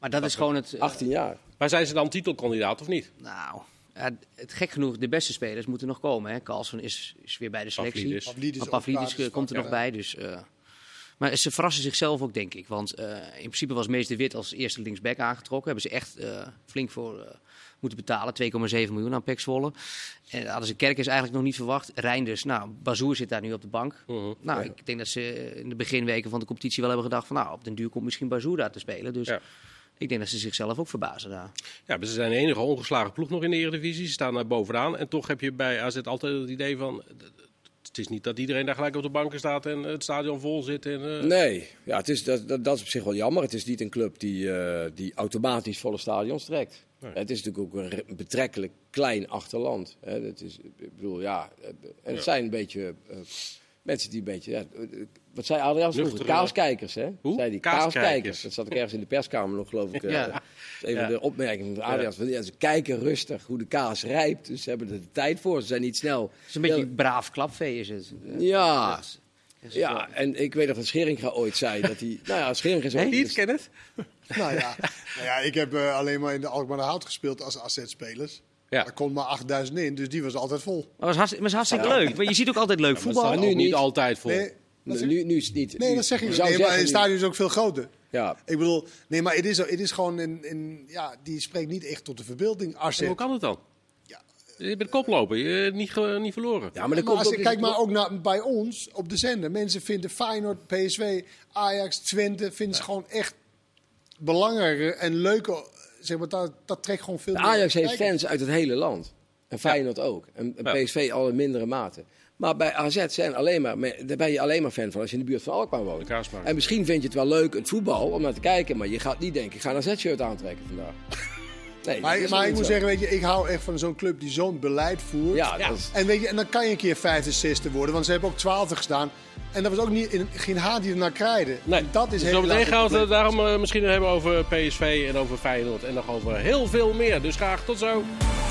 S2: Maar dat, dat is gewoon het... Uh,
S4: achttien jaar.
S1: Maar zijn ze dan titelkandidaat of niet?
S2: Nou, uh, het gek genoeg, de beste spelers moeten nog komen. Hè. Carlsen is, is weer bij de selectie.
S1: Pavlidis.
S3: Pavlidis,
S2: Maar Pavlidis
S3: ook
S2: komt er nog bij, dus... Uh, maar ze verrassen zichzelf ook, denk ik. Want uh, in principe was Mees de Wit als eerste linksback aangetrokken. Hebben ze echt uh, flink voor uh, moeten betalen. twee komma zeven miljoen aan P E C Zwolle. En hadden ze Kerkers eigenlijk nog niet verwacht. Reinders, nou, Bazoer zit daar nu op de bank. Uh-huh. Nou, ja. Ik denk dat ze in de beginweken van de competitie wel hebben gedacht van... nou, op den duur komt misschien Bazoer daar te spelen. Dus... Ja. Ik denk dat ze zichzelf ook verbazen daar.
S1: Ja, maar ze zijn de enige ongeslagen ploeg nog in de Eredivisie. Ze staan daar bovenaan. En toch heb je bij A Z altijd het idee van... Het is niet dat iedereen daar gelijk op de banken staat en het stadion vol zit. En, uh...
S4: Nee, ja, het is, dat, dat, dat is op zich wel jammer. Het is niet een club die, uh, die automatisch volle stadions trekt. Nee. Het is natuurlijk ook een betrekkelijk klein achterland. Hè. Het is, ik bedoel, ja, en het ja. zijn een beetje... Uh, Mensen die een beetje, ja, wat zei Adriaan vroeger? Kaaskijkers, hè?
S1: Hoe?
S4: Zei die
S1: Kaaskijkers.
S4: Kaaskijkers. Dat zat ik ergens in de perskamer nog, geloof ik. Uh, ja. Dat is een van de opmerkingen van Adriaan. Ja. Ja, ze kijken rustig hoe de kaas rijpt, dus ze hebben er de tijd voor. Ze zijn niet snel.
S2: Het is een beetje een braaf klapvee is het.
S4: Ja. Dat is, ja, en ik weet nog dat Scheringa ooit zei dat hij... Nou ja, Scheringa is ook...
S1: Niet, dus, Kenneth?
S3: nou, ja. nou ja, ik heb uh, alleen maar in de Alkmaar Hout gespeeld als A Z-spelers. Ja. Er kon maar achtduizend in, dus die was altijd vol.
S2: Maar was hartstikke, was hartstikke ja. leuk. Je ziet ook altijd leuk ja, voetbal.
S1: Maar nu niet, niet altijd vol.
S3: Nee,
S4: nu, nu, nu is het niet.
S3: Nee, dat zeg ik niet. Nee, maar het stadion is ook veel groter.
S4: Ja.
S3: Ik bedoel, nee, maar het is, het is gewoon een, een... Ja, die spreekt niet echt tot de verbeelding. A Z.
S1: Hoe kan het dan? Ja. Je bent koploper, je hebt niet, ge, niet verloren.
S3: Ja, maar, maar als, kijk maar ook naar, bij ons op de zender. Mensen vinden Feyenoord, P S V, Ajax, Twente... vinden ze ja. gewoon echt belangrijker en leuker. Zeg maar, dat, dat trekt gewoon veel...
S4: Ajax heeft fans uit het hele land. En Feyenoord ja. ook. En, en ja. P S V al in mindere mate. Maar bij A Z zijn alleen maar, daar ben je alleen maar fan van als je in de buurt van Alkmaar woont. En misschien vind je het wel leuk, het voetbal, om naar te kijken. Maar je gaat niet denken, ik ga een A Z-shirt aantrekken vandaag. Nee,
S3: maar maar ik moet zo. zeggen, weet je, ik hou echt van zo'n club die zo'n beleid voert.
S4: Ja, ja. Is...
S3: En, weet je, en dan kan je een keer vijfde, zesde worden. Want ze hebben ook twaalfde gestaan. En dat was ook niet, geen haat die er naar krijden.
S1: Nee,
S3: dat is
S1: dus zo meteen gaan we het daarom uh, misschien hebben over P S V en over Feyenoord. En nog over heel veel meer. Dus graag tot zo.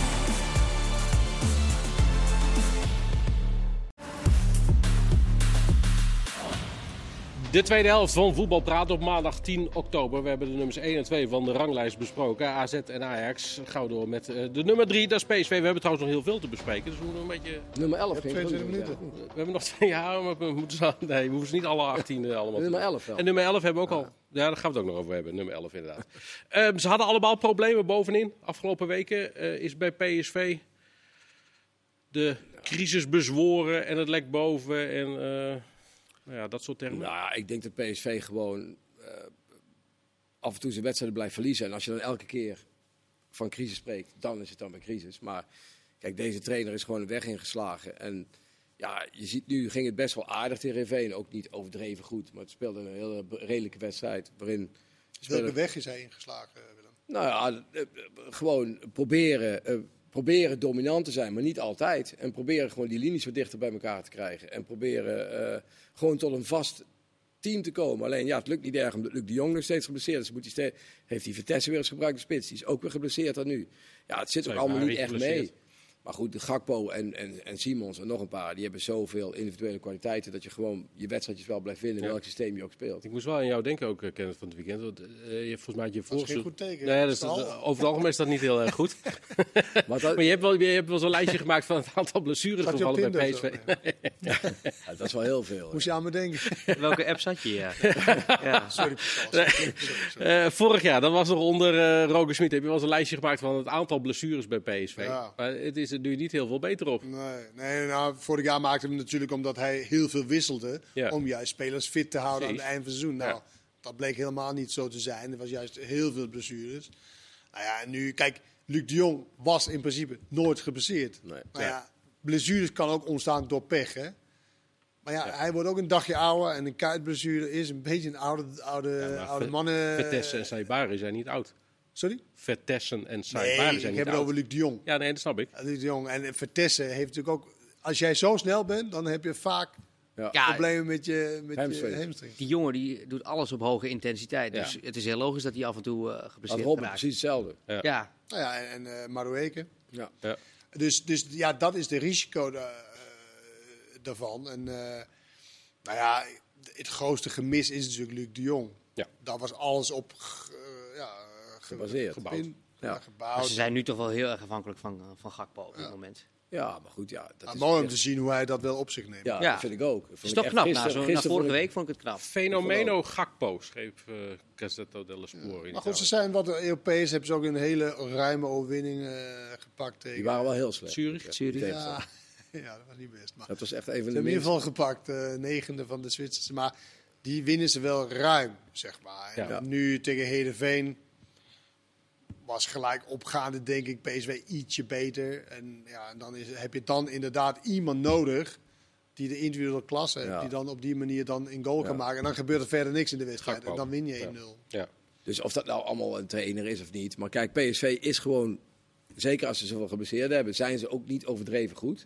S1: De tweede helft van Voetbal Praat op maandag tien oktober. We hebben de nummers één en twee van de ranglijst besproken. A Z en Ajax. Gauw door met uh, de nummer drie, dat is P S V. We hebben trouwens nog heel veel te bespreken. Dus we moeten een beetje...
S4: Nummer elf ging
S3: tweeëntwintig minuten.
S1: We hebben nog twee jaar, maar we moeten zo... Nee, we hoeven ze niet alle achttien uh, allemaal.
S4: Nummer elf wel.
S1: En nummer elf hebben we ook al... Ja, daar gaan we het ook nog over hebben. Nummer elf inderdaad. um, ze hadden allemaal problemen bovenin. Afgelopen weken uh, is bij P S V de crisis bezworen en het lek boven en... Uh, Nou ja, dat soort termen.
S4: Nou ja, ik denk dat P S V gewoon uh, af en toe zijn wedstrijden blijft verliezen. En als je dan elke keer van crisis spreekt, dan is het dan bij crisis. Maar kijk, deze trainer is gewoon een weg ingeslagen. En ja, je ziet nu, ging het best wel aardig tegen Heerenveen. Ook niet overdreven goed, maar het speelde een hele redelijke wedstrijd. Waarin
S3: Welke weg is hij ingeslagen, Willem?
S4: Nou ja, uh, uh, gewoon proberen... Uh, Proberen dominant te zijn, maar niet altijd. En proberen gewoon die linies wat dichter bij elkaar te krijgen. En proberen uh, gewoon tot een vast team te komen. Alleen ja, het lukt niet erg omdat Luc de Jong nog steeds geblesseerd is. Moet hij steeds, heeft hij Vitesse weer eens gebruikt de spits. Die is ook weer geblesseerd dan nu. Ja, het zit ook allemaal niet echt mee. Maar goed, de Gakpo en, en, en Simons en nog een paar, die hebben zoveel individuele kwaliteiten dat je gewoon je wedstrijdjes wel blijft winnen in ja. welk systeem je ook speelt.
S1: Ik moest wel aan jou denken ook, Kenneth, van het weekend. Want, uh, je hebt volgens mij je
S3: voorstel... Dat is geen goed teken.
S1: Nee, dat is, uh, over het algemeen is dat niet heel erg goed. maar, dat... maar je hebt wel, je hebt wel zo'n lijstje gemaakt van het aantal blessuregevallen bij P S V.
S4: ja, dat is wel heel veel.
S3: Moest je aan me denken.
S2: Welke app zat je? Ja. ja.
S3: Sorry.
S1: Nee. Sorry, sorry. Uh, vorig jaar, dat was nog onder uh, Roger Smit, heb je wel eens een lijstje gemaakt van het aantal blessures bij P S V. Ja. Maar het is er nu niet heel veel beter op.
S3: Nee, nee nou, vorig jaar maakte hem natuurlijk omdat hij heel veel wisselde. Ja. Om juist spelers fit te houden Precies. aan het eind van het seizoen. Nou, ja. dat bleek helemaal niet zo te zijn. Er was juist heel veel blessures. Nou ja, en nu, kijk, Luc de Jong was in principe nooit geblesseerd. Nee. Nou ja, blessures kan ook ontstaan door pech, hè. Maar ja, ja, hij wordt ook een dagje ouder en een kuitblessure is een beetje een oude, oude, ja, oude mannen.
S1: Vitesse en Saibari zijn niet oud.
S3: Sorry?
S1: Vertessen en Saibari
S3: nee,
S1: zijn niet
S3: ik heb het over Luc de Jong.
S1: Ja, nee, dat snap ik.
S3: Luc de Jong. En Vertessen heeft natuurlijk ook... Als jij zo snel bent, dan heb je vaak ja. problemen met je, met hamstring. je hamstring.
S2: Die jongen die doet alles op hoge intensiteit. Dus ja. het is heel logisch dat hij af en toe uh, geblesseerd raakt.
S4: Precies hetzelfde.
S2: Ja. ja.
S3: Nou ja, en uh, Madueke.
S4: Ja.
S1: ja.
S3: Dus, dus ja, dat is de risico da, uh, daarvan. En uh, nou ja, het grootste gemis is natuurlijk Luc de Jong.
S1: Ja.
S3: Daar was alles op... Uh, ja,
S4: gebaseerd.
S3: gebouwd. Pin,
S4: Ja.
S3: ja.
S2: Maar
S3: gebouwd.
S2: ze zijn nu toch wel heel erg afhankelijk van, van Gakpo op dit moment.
S4: Ja, maar goed, ja. Dat
S3: Maar
S4: is
S3: mooi om
S4: echt-
S3: te zien hoe hij dat wel op zich neemt.
S4: Ja,
S2: Ja.
S4: dat vind ik ook. Dat
S2: Het
S4: vond
S2: is
S4: ik
S2: toch
S4: echt
S2: knap.
S4: gisteren-
S2: Na, zo, na
S4: gisteren
S2: vorige
S4: vond ik-
S2: week vond ik het knap.
S1: Fenomeno Gakpo, schreef uh, Gazzetta dello Sport. in
S3: Maar goed,
S1: Italië.
S3: ze zijn wat Europees, hebben ze ook een hele ruime overwinning uh, gepakt tegen.
S4: Die waren wel heel slecht.
S1: Zurich.
S2: Zurich.
S3: Ja, ja, dat was niet best. Maar
S4: Dat was echt
S3: ze
S4: even de
S3: hebben in ieder
S4: minst.
S3: geval gepakt, uh, negende van de Zwitserse. Maar die winnen ze wel ruim, zeg maar. En
S1: Ja.
S3: nu tegen Heerenveen was gelijk opgaande, denk ik, P S V ietsje beter. En ja, en dan is, heb je dan inderdaad iemand nodig die de individuele klasse heeft,
S4: Ja.
S3: die dan op die manier dan een goal kan
S4: Ja.
S3: maken. En dan gebeurt er verder niks in de wedstrijd.
S1: Gakpo.
S3: En dan win je
S1: Ja.
S3: één nul.
S1: Ja.
S4: Dus of dat nou allemaal een trainer is of niet. Maar kijk, P S V is gewoon, zeker als ze zoveel geblesseerden hebben, zijn ze ook niet overdreven goed.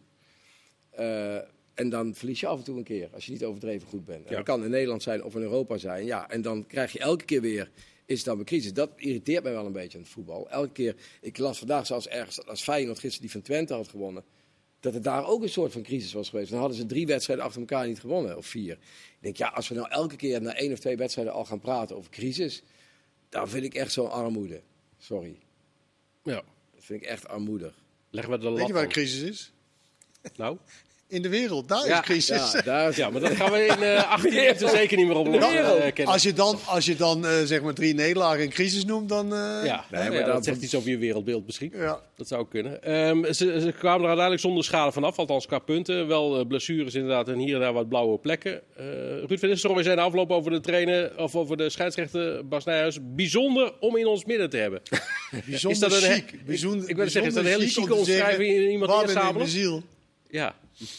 S4: Uh, en dan verlies je af en toe een keer, als je niet overdreven goed bent. En
S1: Ja.
S4: dat kan in Nederland zijn of in Europa zijn. Ja, en dan krijg je elke keer weer, is het dan een crisis. Dat irriteert mij wel een beetje aan het voetbal. Elke keer, ik las vandaag zelfs ergens, als Feyenoord gisteren die van Twente had gewonnen, dat het daar ook een soort van crisis was geweest. Dan hadden ze drie wedstrijden achter elkaar niet gewonnen, of vier. Ik denk, ja, als we nou elke keer na één of twee wedstrijden al gaan praten over crisis, dan vind ik echt zo'n armoede. Sorry.
S1: Ja.
S4: Dat vind ik echt armoedig.
S1: Leggen we de lat
S3: Weet je waar een
S1: aan.
S3: crisis is?
S1: Nou?
S3: In de wereld, daar
S1: Ja,
S3: is crisis.
S4: Ja, daar is...
S1: Ja, maar dat gaan we in uh, achttien minuten zeker niet meer oplossen.
S3: Dan,
S1: uh, kennen.
S3: als je dan, als je dan uh, zeg maar drie nederlagen in crisis noemt, dan... uh,
S1: Ja,
S4: Nee,
S1: nou
S4: maar
S1: ja, dat
S4: dat-
S1: zegt iets over je wereldbeeld misschien.
S3: ja.
S1: Dat zou kunnen. Um, ze, ze kwamen er uiteindelijk zonder schade vanaf, althans qua punten. Wel uh, blessures inderdaad en hier en daar wat blauwe plekken. Uh, Ruud van Nistelrooy zei in de afloop over de trainer, of over de scheidsrechter Bas Nijhuis, bijzonder om in ons midden te hebben.
S3: Bijzonder
S1: Is dat een he-
S3: chic. Bijzonder,
S1: ik ik wil zeggen, is dat een hele
S3: bijzonder
S1: chique
S3: chic om te
S1: omschrijving
S3: zeggen,
S1: in iemand
S3: wat ben ik
S1: inzamelen?
S3: mijn ziel.
S1: Ja.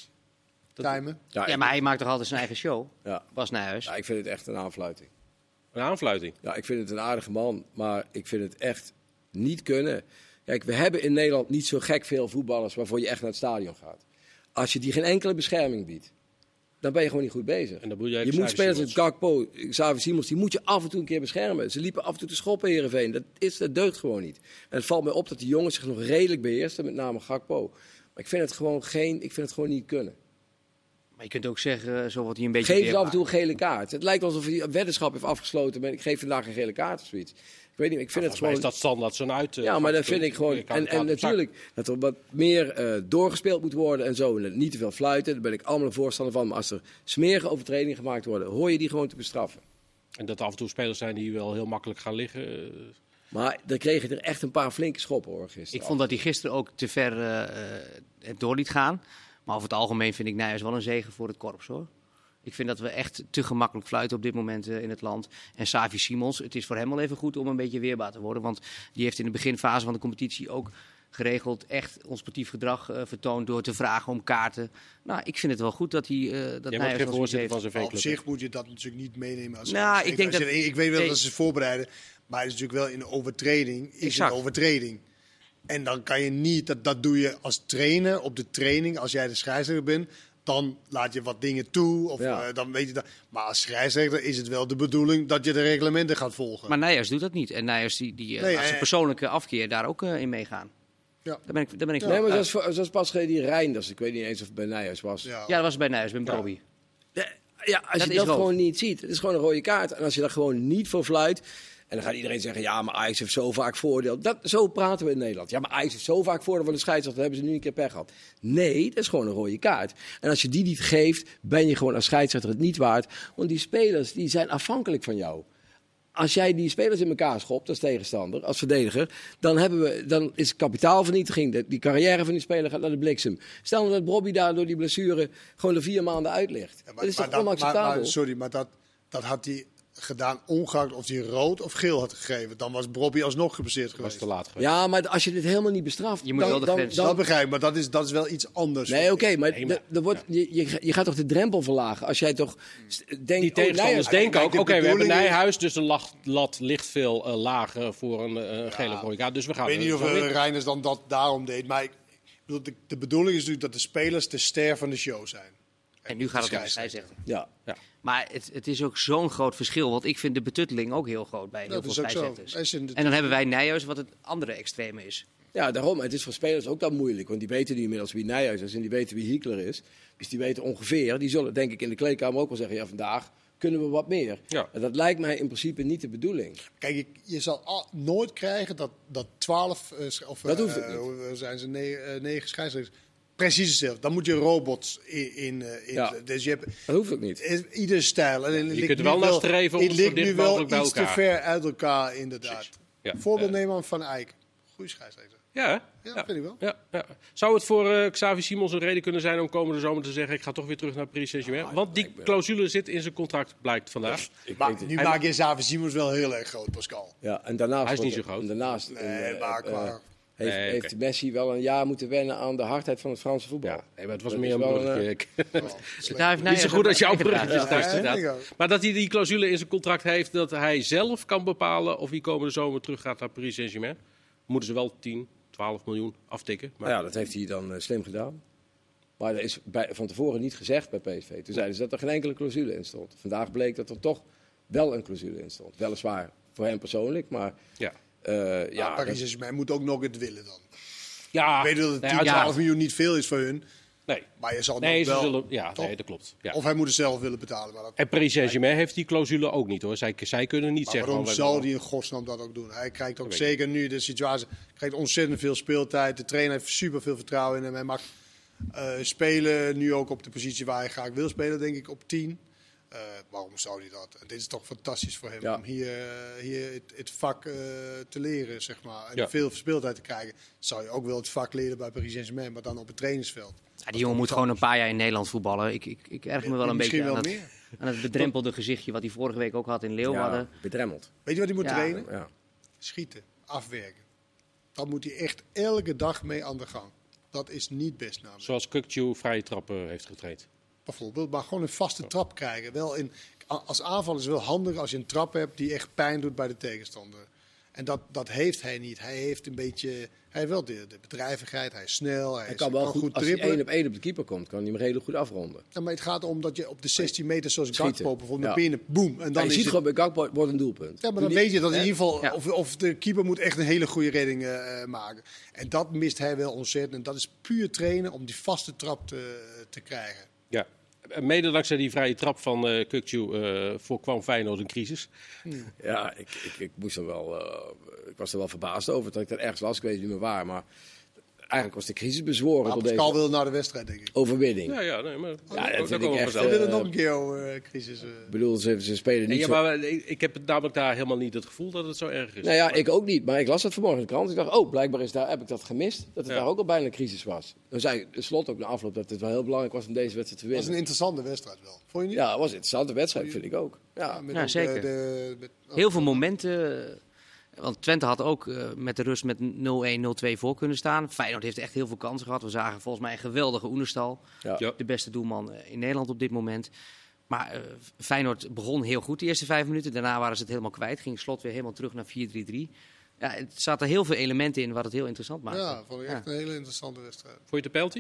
S3: Timen.
S4: Ja,
S2: Ja, maar hij maakt toch altijd zijn eigen show?
S4: Ja.
S2: Bas Nijhuis.
S4: Ja, ik vind het echt een aanfluiting.
S1: Een aanfluiting.
S4: Ja, ik vind het een aardige man, maar ik vind het echt niet kunnen. Kijk, we hebben in Nederland niet zo gek veel voetballers waarvoor je echt naar het stadion gaat. Als je die geen enkele bescherming biedt, dan ben je gewoon niet goed bezig.
S1: En dan bedoel jij
S4: Je
S1: de
S4: moet
S1: Xavi
S4: spelers
S1: Simons.
S4: als Gakpo, Xavi Simons, die moet je af en toe een keer beschermen. Ze liepen af en toe te schoppen, Heerenveen. Dat, is, dat deugt gewoon niet. En het valt mij op dat die jongens zich nog redelijk beheersten, met name Gakpo. Maar ik vind het gewoon, geen, ik vind het gewoon niet kunnen.
S2: Maar je kunt ook zeggen, zo wordt hij een beetje
S4: Geef ze af en
S2: weerbaar.
S4: toe een gele kaart. Het lijkt alsof hij een weddenschap heeft afgesloten. Met, ik geef vandaag een gele kaart of zoiets. Ik weet niet, ik vind het
S1: Volgens mij
S4: gewoon...
S1: is dat standaard zo'n uit. uh,
S4: Ja, maar dat
S1: factor.
S4: vind ik gewoon.
S1: Je kan
S4: En,
S1: het
S4: en
S1: laten op zak.
S4: natuurlijk dat er wat meer eh, doorgespeeld moet worden en zo. En niet te veel fluiten. Daar ben ik allemaal een voorstander van. Maar als er smerige overtredingen gemaakt worden, hoor je die gewoon te bestraffen.
S1: En dat er af en toe spelers zijn die wel heel makkelijk gaan liggen. uh,
S4: Maar dan kregen er echt een paar flinke schoppen hoor gisteren.
S2: Ik vond dat hij gisteren ook te ver eh, eh, het door liet gaan. Maar over het algemeen vind ik Nijhuis wel een zegen voor het korps, hoor. Ik vind dat we echt te gemakkelijk fluiten op dit moment uh, in het land. En Xavi Simons, het is voor hem wel even goed om een beetje weerbaar te worden. Want die heeft in de beginfase van de competitie ook geregeld echt ons sportief gedrag uh, vertoond door te vragen om kaarten. Nou, ik vind het wel goed dat hij uh, dat
S1: Jij wordt
S2: Nijhuis
S1: geen
S2: wel zoiets
S1: voorzitter
S2: heeft.
S1: van zijn
S3: Maar op
S1: fanclub.
S3: zich moet je dat natuurlijk niet meenemen als
S2: Nou,
S3: als-
S2: ik denk
S3: als
S2: dat-
S3: je- Ik weet wel
S2: nee.
S3: dat ze het voorbereiden, maar het is natuurlijk wel in een overtreding. Is
S2: Exact.
S3: een overtreding. En dan kan je niet, dat, dat doe je als trainer op de training, als jij de scheidsrechter bent. Dan laat je wat dingen toe. Of,
S4: Ja.
S3: uh, dan weet je dat. Maar als scheidsrechter is het wel de bedoeling dat je de reglementen gaat volgen.
S2: Maar Nijhuis doet dat niet. En Nijhuis die, die uh,
S3: Nee,
S2: laat zijn
S3: eh,
S2: persoonlijke afkeer daar ook uh, in meegaan.
S3: Ja.
S2: Daar ben ik, daar ben ik
S4: Nee,
S2: wel-
S4: maar
S2: uh,
S4: zoals, zoals pas geleden die Reinders. Ik weet niet eens of het bij Nijhuis was.
S3: Ja.
S2: ja, dat was bij Nijhuis, bij Bobby.
S4: Ja, ja, als
S2: Dat
S4: je
S2: is
S4: dat
S2: rood.
S4: gewoon niet ziet. Het is gewoon een rode kaart. En als je daar gewoon niet voor fluit. En dan gaat iedereen zeggen, ja, maar Ajax heeft zo vaak voordeel. Dat, zo praten we in Nederland. Ja, maar Ajax heeft zo vaak voordeel van de scheidsrechter. Dan hebben ze nu een keer pech gehad. Nee, dat is gewoon een rode kaart. En als je die niet geeft, ben je gewoon als scheidsrechter het niet waard. Want die spelers die zijn afhankelijk van jou. Als jij die spelers in elkaar schopt als tegenstander, als verdediger, dan, hebben we, dan is kapitaalvernietiging. De, die carrière van die speler gaat naar de bliksem. Stel nou dat Bobby daar door die blessure gewoon er vier maanden uit ligt.
S3: Ja, maar-
S4: dat is toch
S3: maar
S4: onacceptabel?
S3: maar- maar sorry, maar dat, dat had hij gedaan ongeacht of hij rood of geel had gegeven. Dan was Bobby alsnog geblesseerd
S1: was
S3: geweest.
S1: te laat geweest.
S4: Ja, maar als je dit helemaal niet bestraft,
S2: Je moet
S4: dan,
S2: wel de
S4: dan,
S2: grens-
S4: dan-
S3: Dat begrijp ik, maar dat is, dat is wel iets anders.
S4: Nee, oké, maar,
S1: Nee, maar-
S4: de- er wordt, je, je, je gaat toch de drempel verlagen? Als jij toch st- denkt...
S1: Die
S4: oh,
S1: tegenstanders
S4: nee,
S1: denken
S3: kijk,
S1: ook,
S3: de
S1: oké, we hebben
S3: bedoeling is-
S1: Nijhuis, dus de lat, lat ligt veel uh, lager voor een uh, gele of rode kaart. Dus we gaan
S3: Ik weet niet of
S1: er zo
S3: uh,
S1: in.
S3: Reiners dan dat daarom deed. Maar ik, ik bedoel, de, de bedoeling is natuurlijk dat de spelers de ster van de show zijn.
S2: En nu gaat het om de
S3: scheidsrechter.
S2: scheidsrechter.
S4: Ja.
S2: Maar het, het is ook zo'n groot verschil. Want ik vind de betutteling ook heel groot bij heel
S3: Dat
S2: veel
S3: is ook zo.
S2: scheidsrechters.
S3: Hij is in de-
S2: En dan hebben wij Nijhuis, wat het andere extreme is.
S4: ja, daarom. Het is voor spelers ook dan moeilijk. Want die weten nu inmiddels wie Nijhuis is en die weten wie Hiekler is. Dus die weten ongeveer. Die zullen denk ik in de kleedkamer ook wel zeggen, ja, vandaag kunnen we wat meer?
S1: Ja.
S4: En dat lijkt mij in principe niet de bedoeling.
S3: Kijk, je, je zal al, nooit krijgen dat, dat twaalf, uh, of
S4: Dat hoeft
S3: uh,
S4: ook niet.
S3: hoe zijn ze, negen, uh, negen scheidsrechters, precies hetzelfde. Dan moet je robots in... in, uh, in
S4: Ja.
S3: Dus je hebt
S4: Dat hoeft ook niet.
S3: uh, ieder stijl. En het
S1: je
S3: ligt
S1: kunt er
S3: nu
S1: wel naar streven om
S3: het
S1: het zo
S3: ligt
S1: dicht
S3: nu wel
S1: mogelijk bij
S3: iets te
S1: elkaar.
S3: ver uit elkaar, inderdaad.
S1: Ja.
S3: Voorbeeld
S1: Uh,
S3: nemen van Eyck. Goeie scheidsrechter.
S1: Ja, hè?
S3: Ja, vind ik wel.
S1: Ja, ja. Zou het voor uh, Xavi Simons een reden kunnen zijn om komende zomer te zeggen: ik ga toch weer terug naar Paris Saint-Germain? Want die clausule zit in zijn contract, blijkt vandaag.
S4: Ik
S3: Maar
S4: denk dat-
S3: nu
S1: Hij
S3: maak je Xavi Simons wel heel erg groot, Pascal.
S4: ja, en daarnaast
S1: Hij is niet
S4: wordt-
S1: zo groot.
S4: en daarnaast
S3: Nee,
S4: een,
S3: maar
S4: eh,
S3: qua-
S4: eh, heeft,
S1: Nee,
S4: heeft
S1: oké.
S4: Messi wel een jaar moeten wennen aan de hardheid van het Franse voetbal.
S1: Ja, nee, maar het was
S4: Dat
S1: meer
S4: is
S1: een
S4: wel,
S1: bruggetje.
S2: Daar heeft
S1: Niet zo goed als jouw bruggetjes
S3: Ja,
S1: thuis,
S3: ja,
S1: inderdaad.
S3: vind ik ook.
S1: Maar dat hij die clausule in zijn contract heeft dat hij zelf kan bepalen of hij komende zomer terug gaat naar Paris Saint-Germain, moeten ze wel tien, twaalf miljoen aftikken. Maar
S4: Maar ja, dat heeft hij dan eh, slim gedaan. Maar dat is bij, van tevoren niet gezegd bij P S V. Toen zeiden ze dat er geen enkele clausule in stond. Vandaag bleek dat er toch wel een clausule in stond. Weliswaar voor hem persoonlijk, maar
S1: ja.
S4: eh,
S3: Ja,
S4: ja,
S3: Paris
S4: dat-
S3: Saint-Germain moet ook nog het willen dan.
S1: Ja,
S3: Ik weet dat het
S1: nee,
S3: tien,
S1: uiteraard.
S3: twaalf miljoen niet veel is voor hun.
S1: Nee,
S3: Maar je zal
S1: nee,
S3: nog
S1: ze
S3: wel...
S1: zullen, ja,
S3: toch?
S1: nee, dat klopt. Ja.
S3: Of hij moet het zelf willen betalen. Maar, dat,
S1: En Paris Saint-Germain heeft die clausule ook niet hoor. Zij, zij kunnen niet
S3: maar
S1: zeggen.
S3: waarom
S1: van, wij
S3: zou
S1: willen-
S3: hij in godsnaam dat ook doen? Hij krijgt ook
S1: weet
S3: zeker nu de situatie... krijgt ontzettend veel speeltijd. De trainer heeft super veel vertrouwen in hem. Hij mag uh, spelen nu ook op de positie waar hij graag wil spelen, denk ik, op tien. Uh, waarom zou hij dat? En dit is toch fantastisch voor hem
S4: Ja.
S3: om hier, uh, hier het, het vak uh, te leren, zeg maar. En
S1: Ja.
S3: veel speeltijd te krijgen. Zou je ook wel het vak leren bij Paris Saint-Germain, maar dan op het trainingsveld.
S2: Ja, die jongen moet gewoon een paar jaar in Nederland voetballen. Ik, ik, ik erg me wel een
S3: Misschien
S2: beetje
S3: wel
S2: aan het,
S3: meer.
S2: aan het bedrempelde gezichtje wat hij vorige week ook had in Leeuwarden.
S4: ja, bedremmeld.
S3: Weet je wat hij moet
S2: Ja.
S3: trainen?
S4: Ja.
S3: Schieten, afwerken. Dan moet hij echt elke dag mee aan de gang. Dat is niet best namelijk.
S1: Zoals Kukçu vrije trappen heeft getraind.
S3: Bijvoorbeeld, maar gewoon een vaste trap krijgen. Wel in, als aanvaller is het wel handig als je een trap hebt die echt pijn doet bij de tegenstander. En dat, dat heeft hij niet. Hij heeft een beetje, hij heeft wel de, de bedrijvigheid, hij is snel, hij,
S4: Hij
S3: is-
S4: kan wel goed, als hij
S3: dribbelen.
S4: één op één op de keeper komt, kan hij hem redelijk goed afronden.
S3: Ja, maar het gaat om dat je op de zestien meter zoals
S4: Schieten.
S3: Gakpo bijvoorbeeld
S4: Ja.
S3: naar binnen, boem. En
S4: En
S3: dan
S4: je
S3: is
S4: ziet
S3: het,
S4: gewoon bij Gakpo wordt een doelpunt.
S3: ja, maar dan
S4: Toen
S3: weet je dat in
S4: hè?
S3: ieder geval,
S2: Ja.
S3: of, of de keeper moet echt een hele goede redding uh, maken. En dat mist hij wel ontzettend. En dat is puur trainen om die vaste trap te, te krijgen.
S1: Ja. Mede dankzij die vrije trap van uh, Kukçu uh, voorkwam Feyenoord een crisis.
S4: Ja, ik, ik, ik, moest er wel, uh, ik was er wel verbaasd over dat ik dat ergens las, ik weet het niet meer waar. Maar eigenlijk was de crisis bezworen
S3: Maar
S4: door
S3: Pascal
S4: deze
S3: wil naar de wedstrijd, denk ik.
S4: overwinning.
S1: Ja, ja, nee, maar
S4: Ja, dat
S1: ook-
S4: vind
S1: ook
S4: ik
S1: allemaal
S4: echt,
S1: vanzelf.
S3: We
S4: eh,
S3: willen nog een keer over uh, crisis. uh.
S4: Ik bedoel, ze, ze spelen niet
S1: Ja,
S4: zo...
S1: maar ik, ik heb het namelijk daar helemaal niet het gevoel dat het zo erg is.
S4: Nou ja, ik ook niet. Maar ik las het vanmorgen in de krant. Ik dacht, oh, blijkbaar is daar, heb ik dat gemist. Dat het
S1: Ja.
S4: daar ook al bijna een crisis was. Dan zei de Slot ook na afloop dat het wel heel belangrijk was om deze wedstrijd te
S3: Het was een
S4: winnen.
S3: interessante wedstrijd wel. Vond je niet?
S4: Ja, het was een interessante wedstrijd, vind ik ook. Ja,
S3: met
S2: Ja,
S3: ook
S2: zeker.
S3: De, de, met,
S2: Heel veel momenten. eh, Want Twente had ook uh, met de rust met nul-een, nul-twee voor kunnen staan. Feyenoord heeft echt heel veel kansen gehad. We zagen volgens mij een geweldige Oenerstal.
S4: ja.
S1: Ja.
S2: De beste doelman uh, in Nederland op dit moment. Maar uh, Feyenoord begon heel goed de eerste vijf minuten. Daarna waren ze het helemaal kwijt. Ging Slot weer helemaal terug naar vier drie drie. Ja, het zaten heel veel elementen in wat het heel interessant maakte.
S3: ja, vond ik echt
S2: Ja.
S3: een hele interessante wedstrijd.
S1: Vond je het de penalty?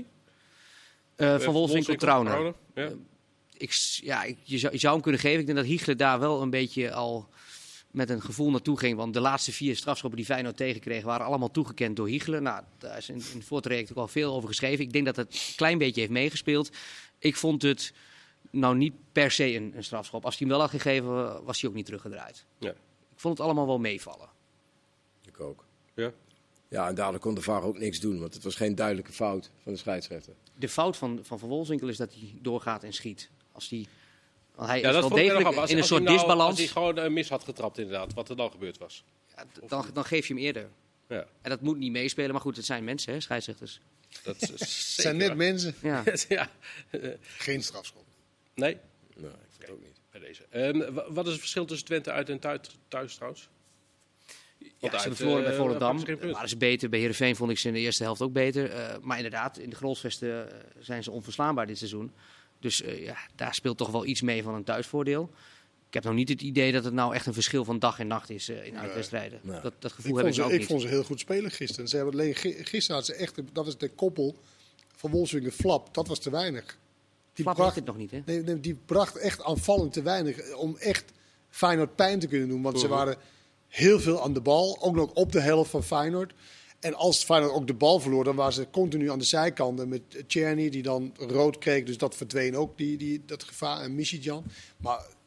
S2: Uh, van Wolfswinkel Trauner.
S1: Ja.
S2: Ik, ja, ik, je, zou, je zou hem kunnen geven. Ik denk dat Hiegler daar wel een beetje al met een gevoel naartoe ging. Want de laatste vier strafschoppen die Feyenoord tegenkreeg waren allemaal toegekend door Hiegler. Nou, daar is in, in het voortraject ook al veel over geschreven. Ik denk dat het een klein beetje heeft meegespeeld. Ik vond het nou niet per se een, een strafschop. Als hij hem wel had gegeven, was hij ook niet teruggedraaid.
S1: Ja.
S2: Ik vond het allemaal wel meevallen.
S4: Ik ook.
S1: Ja.
S4: Ja, en daardoor kon de V A R ook niks doen, want het was geen duidelijke fout van de scheidsrechter.
S2: De fout van Van, van Wolfswinkel is dat hij doorgaat en schiet. Als die, want hij
S1: Ja,
S2: is
S1: dat
S2: wel
S1: vond ik nog
S2: degelijk
S1: af. Als,
S2: in een
S1: als
S2: soort
S1: hij nou-
S2: disbalans.
S1: Als hij gewoon uh, mis had getrapt inderdaad, wat er dan gebeurd was.
S2: Ja, d- dan, dan geef je hem eerder.
S1: Ja,
S2: En dat moet niet meespelen, maar goed, het zijn mensen, hè, scheidsrechters.
S1: dat is
S3: Het
S1: zeker
S3: zijn net
S1: waar.
S3: mensen.
S2: Ja.
S1: ja.
S3: Geen strafschop.
S1: Nee,
S4: Nee, ik vond het ook niet.
S1: bij deze. Um, wa- wat is het verschil tussen Twente uit en thuis, thuis trouwens?
S2: Ja,
S1: Want
S2: ze
S1: uit,
S2: hebben verloren bij
S1: eh,
S2: Volendam.
S1: pakken ze geen punt.
S2: waren ze beter. Bij Heerenveen vond ik ze in de eerste helft ook beter. Uh, maar inderdaad, in de Grolsvesten uh, zijn ze onverslaanbaar dit seizoen. Dus uh, ja, daar speelt toch wel iets mee van een thuisvoordeel. Ik heb nog niet het idee dat het nou echt een verschil van dag en nacht is uh, in uitwedstrijden.
S4: Nee.
S2: Dat, dat
S3: Ik
S2: gevoel heb
S3: vond,
S2: ik
S3: ze,
S2: nou ook
S3: ik
S2: niet.
S3: vond ze heel goed spelen gisteren. Ze hebben alleen, gi- gisteren had ze echt, dat was de koppel van Wolfswinkel Flap, dat was te weinig. Die
S2: Flap heeft het nog niet, hè?
S3: nee, nee, die bracht echt aanvallend te weinig om echt Feyenoord pijn te kunnen doen. Want ze waren heel veel aan de bal, ook nog op de helft van Feyenoord. En als Feyenoord ook de bal verloor, dan waren ze continu aan de zijkanten met Tjerni, die dan rood kreeg. Dus dat verdween ook, die, die, dat gevaar. En Michidjan. Maar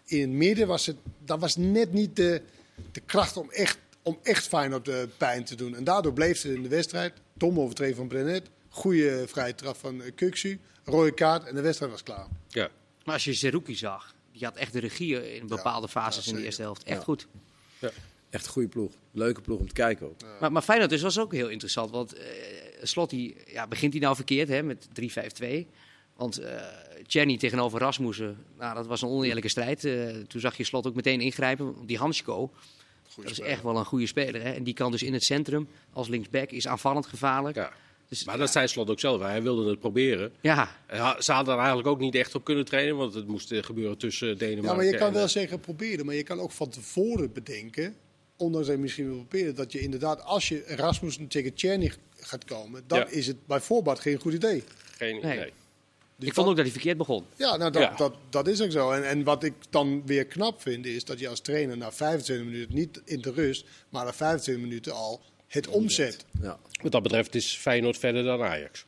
S3: in het midden was het, dat was net niet de, de kracht om echt, om echt fijn op de pijn te doen. En daardoor bleef ze in de wedstrijd. Dom overtreden van Brenet. Goede vrije trap van Kuksu. Rode kaart en de wedstrijd was klaar.
S1: Ja.
S2: Maar als je Zerouki zag, die had echt de regie in bepaalde
S3: Ja,
S2: fases
S3: ja,
S2: in de eerste helft. Echt
S4: Ja.
S2: goed.
S1: Ja.
S4: Echt een goede ploeg. Leuke ploeg om te kijken ook.
S2: Maar, maar Feyenoord dus was ook heel interessant. Want uh, Slot, die, ja, begint hij nou verkeerd hè, met drie vijf twee. Want uh, Tjerni tegenover Rasmussen, nou, dat was een oneerlijke strijd. Uh, toen zag je Slot ook meteen ingrijpen. Die Hansko, dat is echt wel een goede speler. Hè? En die kan dus in het centrum als linksback, is aanvallend gevaarlijk.
S1: Ja.
S2: Dus,
S1: Maar dat zei Slot ook zelf. Hij wilde het proberen.
S2: ja,
S1: Ze hadden er eigenlijk ook niet echt op kunnen trainen, want het moest eh, gebeuren tussen Denemarken
S3: Ja, maar je kan
S1: en,
S3: wel
S1: eh,
S3: zeggen proberen. Maar je kan ook van tevoren bedenken, ondanks dat je misschien wil proberen, dat je inderdaad, als je Rasmussen tegen Tjerni gaat komen, dan
S1: Ja.
S3: is het bij voorbaat geen goed idee.
S1: geen
S2: Nee.
S1: idee.
S3: Dus
S2: ik vond ook dat hij verkeerd begon.
S3: Ja, nou, dat,
S1: Ja.
S3: Dat, dat is ook zo. En, en wat ik dan weer knap vind, is dat je als trainer na vijfentwintig minuten, niet in de rust, maar na vijfentwintig minuten al het omzet.
S4: Ja.
S1: Wat dat betreft is Feyenoord verder dan Ajax.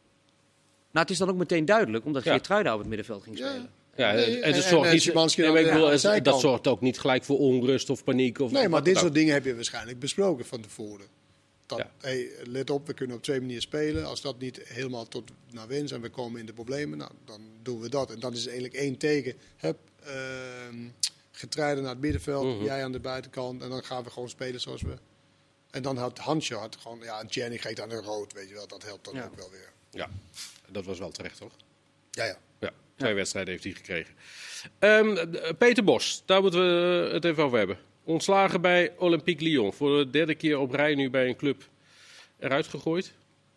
S2: Nou, het is dan ook meteen duidelijk, omdat
S1: Ja.
S2: Geertruida op het middenveld ging
S3: Ja.
S2: spelen.
S1: Ja,
S3: Nee,
S1: en,
S3: en-
S1: het
S3: en-
S1: zorgt
S3: en
S1: niet,
S3: Szymanski
S1: nee,
S3: dan
S1: maar ik bedoel,
S3: aan de
S1: het- dat
S3: zijkant.
S1: zorgt ook niet gelijk voor onrust of paniek. Of
S3: Nee,
S1: of
S3: maar
S1: wat
S3: dit
S1: dan
S3: soort
S1: ook.
S3: dingen heb je waarschijnlijk besproken van tevoren. Dat,
S1: Ja.
S3: hey, let op, we kunnen op twee manieren spelen. Als dat niet helemaal tot naar wens en we komen in de problemen, nou, dan doen we dat. En dan is het eigenlijk één teken. Hup, ehm, Geertruida naar het middenveld,
S1: Mhm.
S3: jij aan de buitenkant. En dan gaan we gewoon spelen zoals we... En dan had Hansje had gewoon... Ja, en Tjerni geeft aan de rood, weet je wel. Dat helpt dan
S2: Ja.
S3: ook wel weer.
S1: Ja, dat was wel terecht, toch?
S3: Ja, ja.
S1: Ja, twee wedstrijden heeft hij gekregen. Ehm, d- Peter Bos, daar moeten we het even over hebben. Ontslagen bij Olympique Lyon. Voor de derde keer op rij nu bij een club eruit gegooid.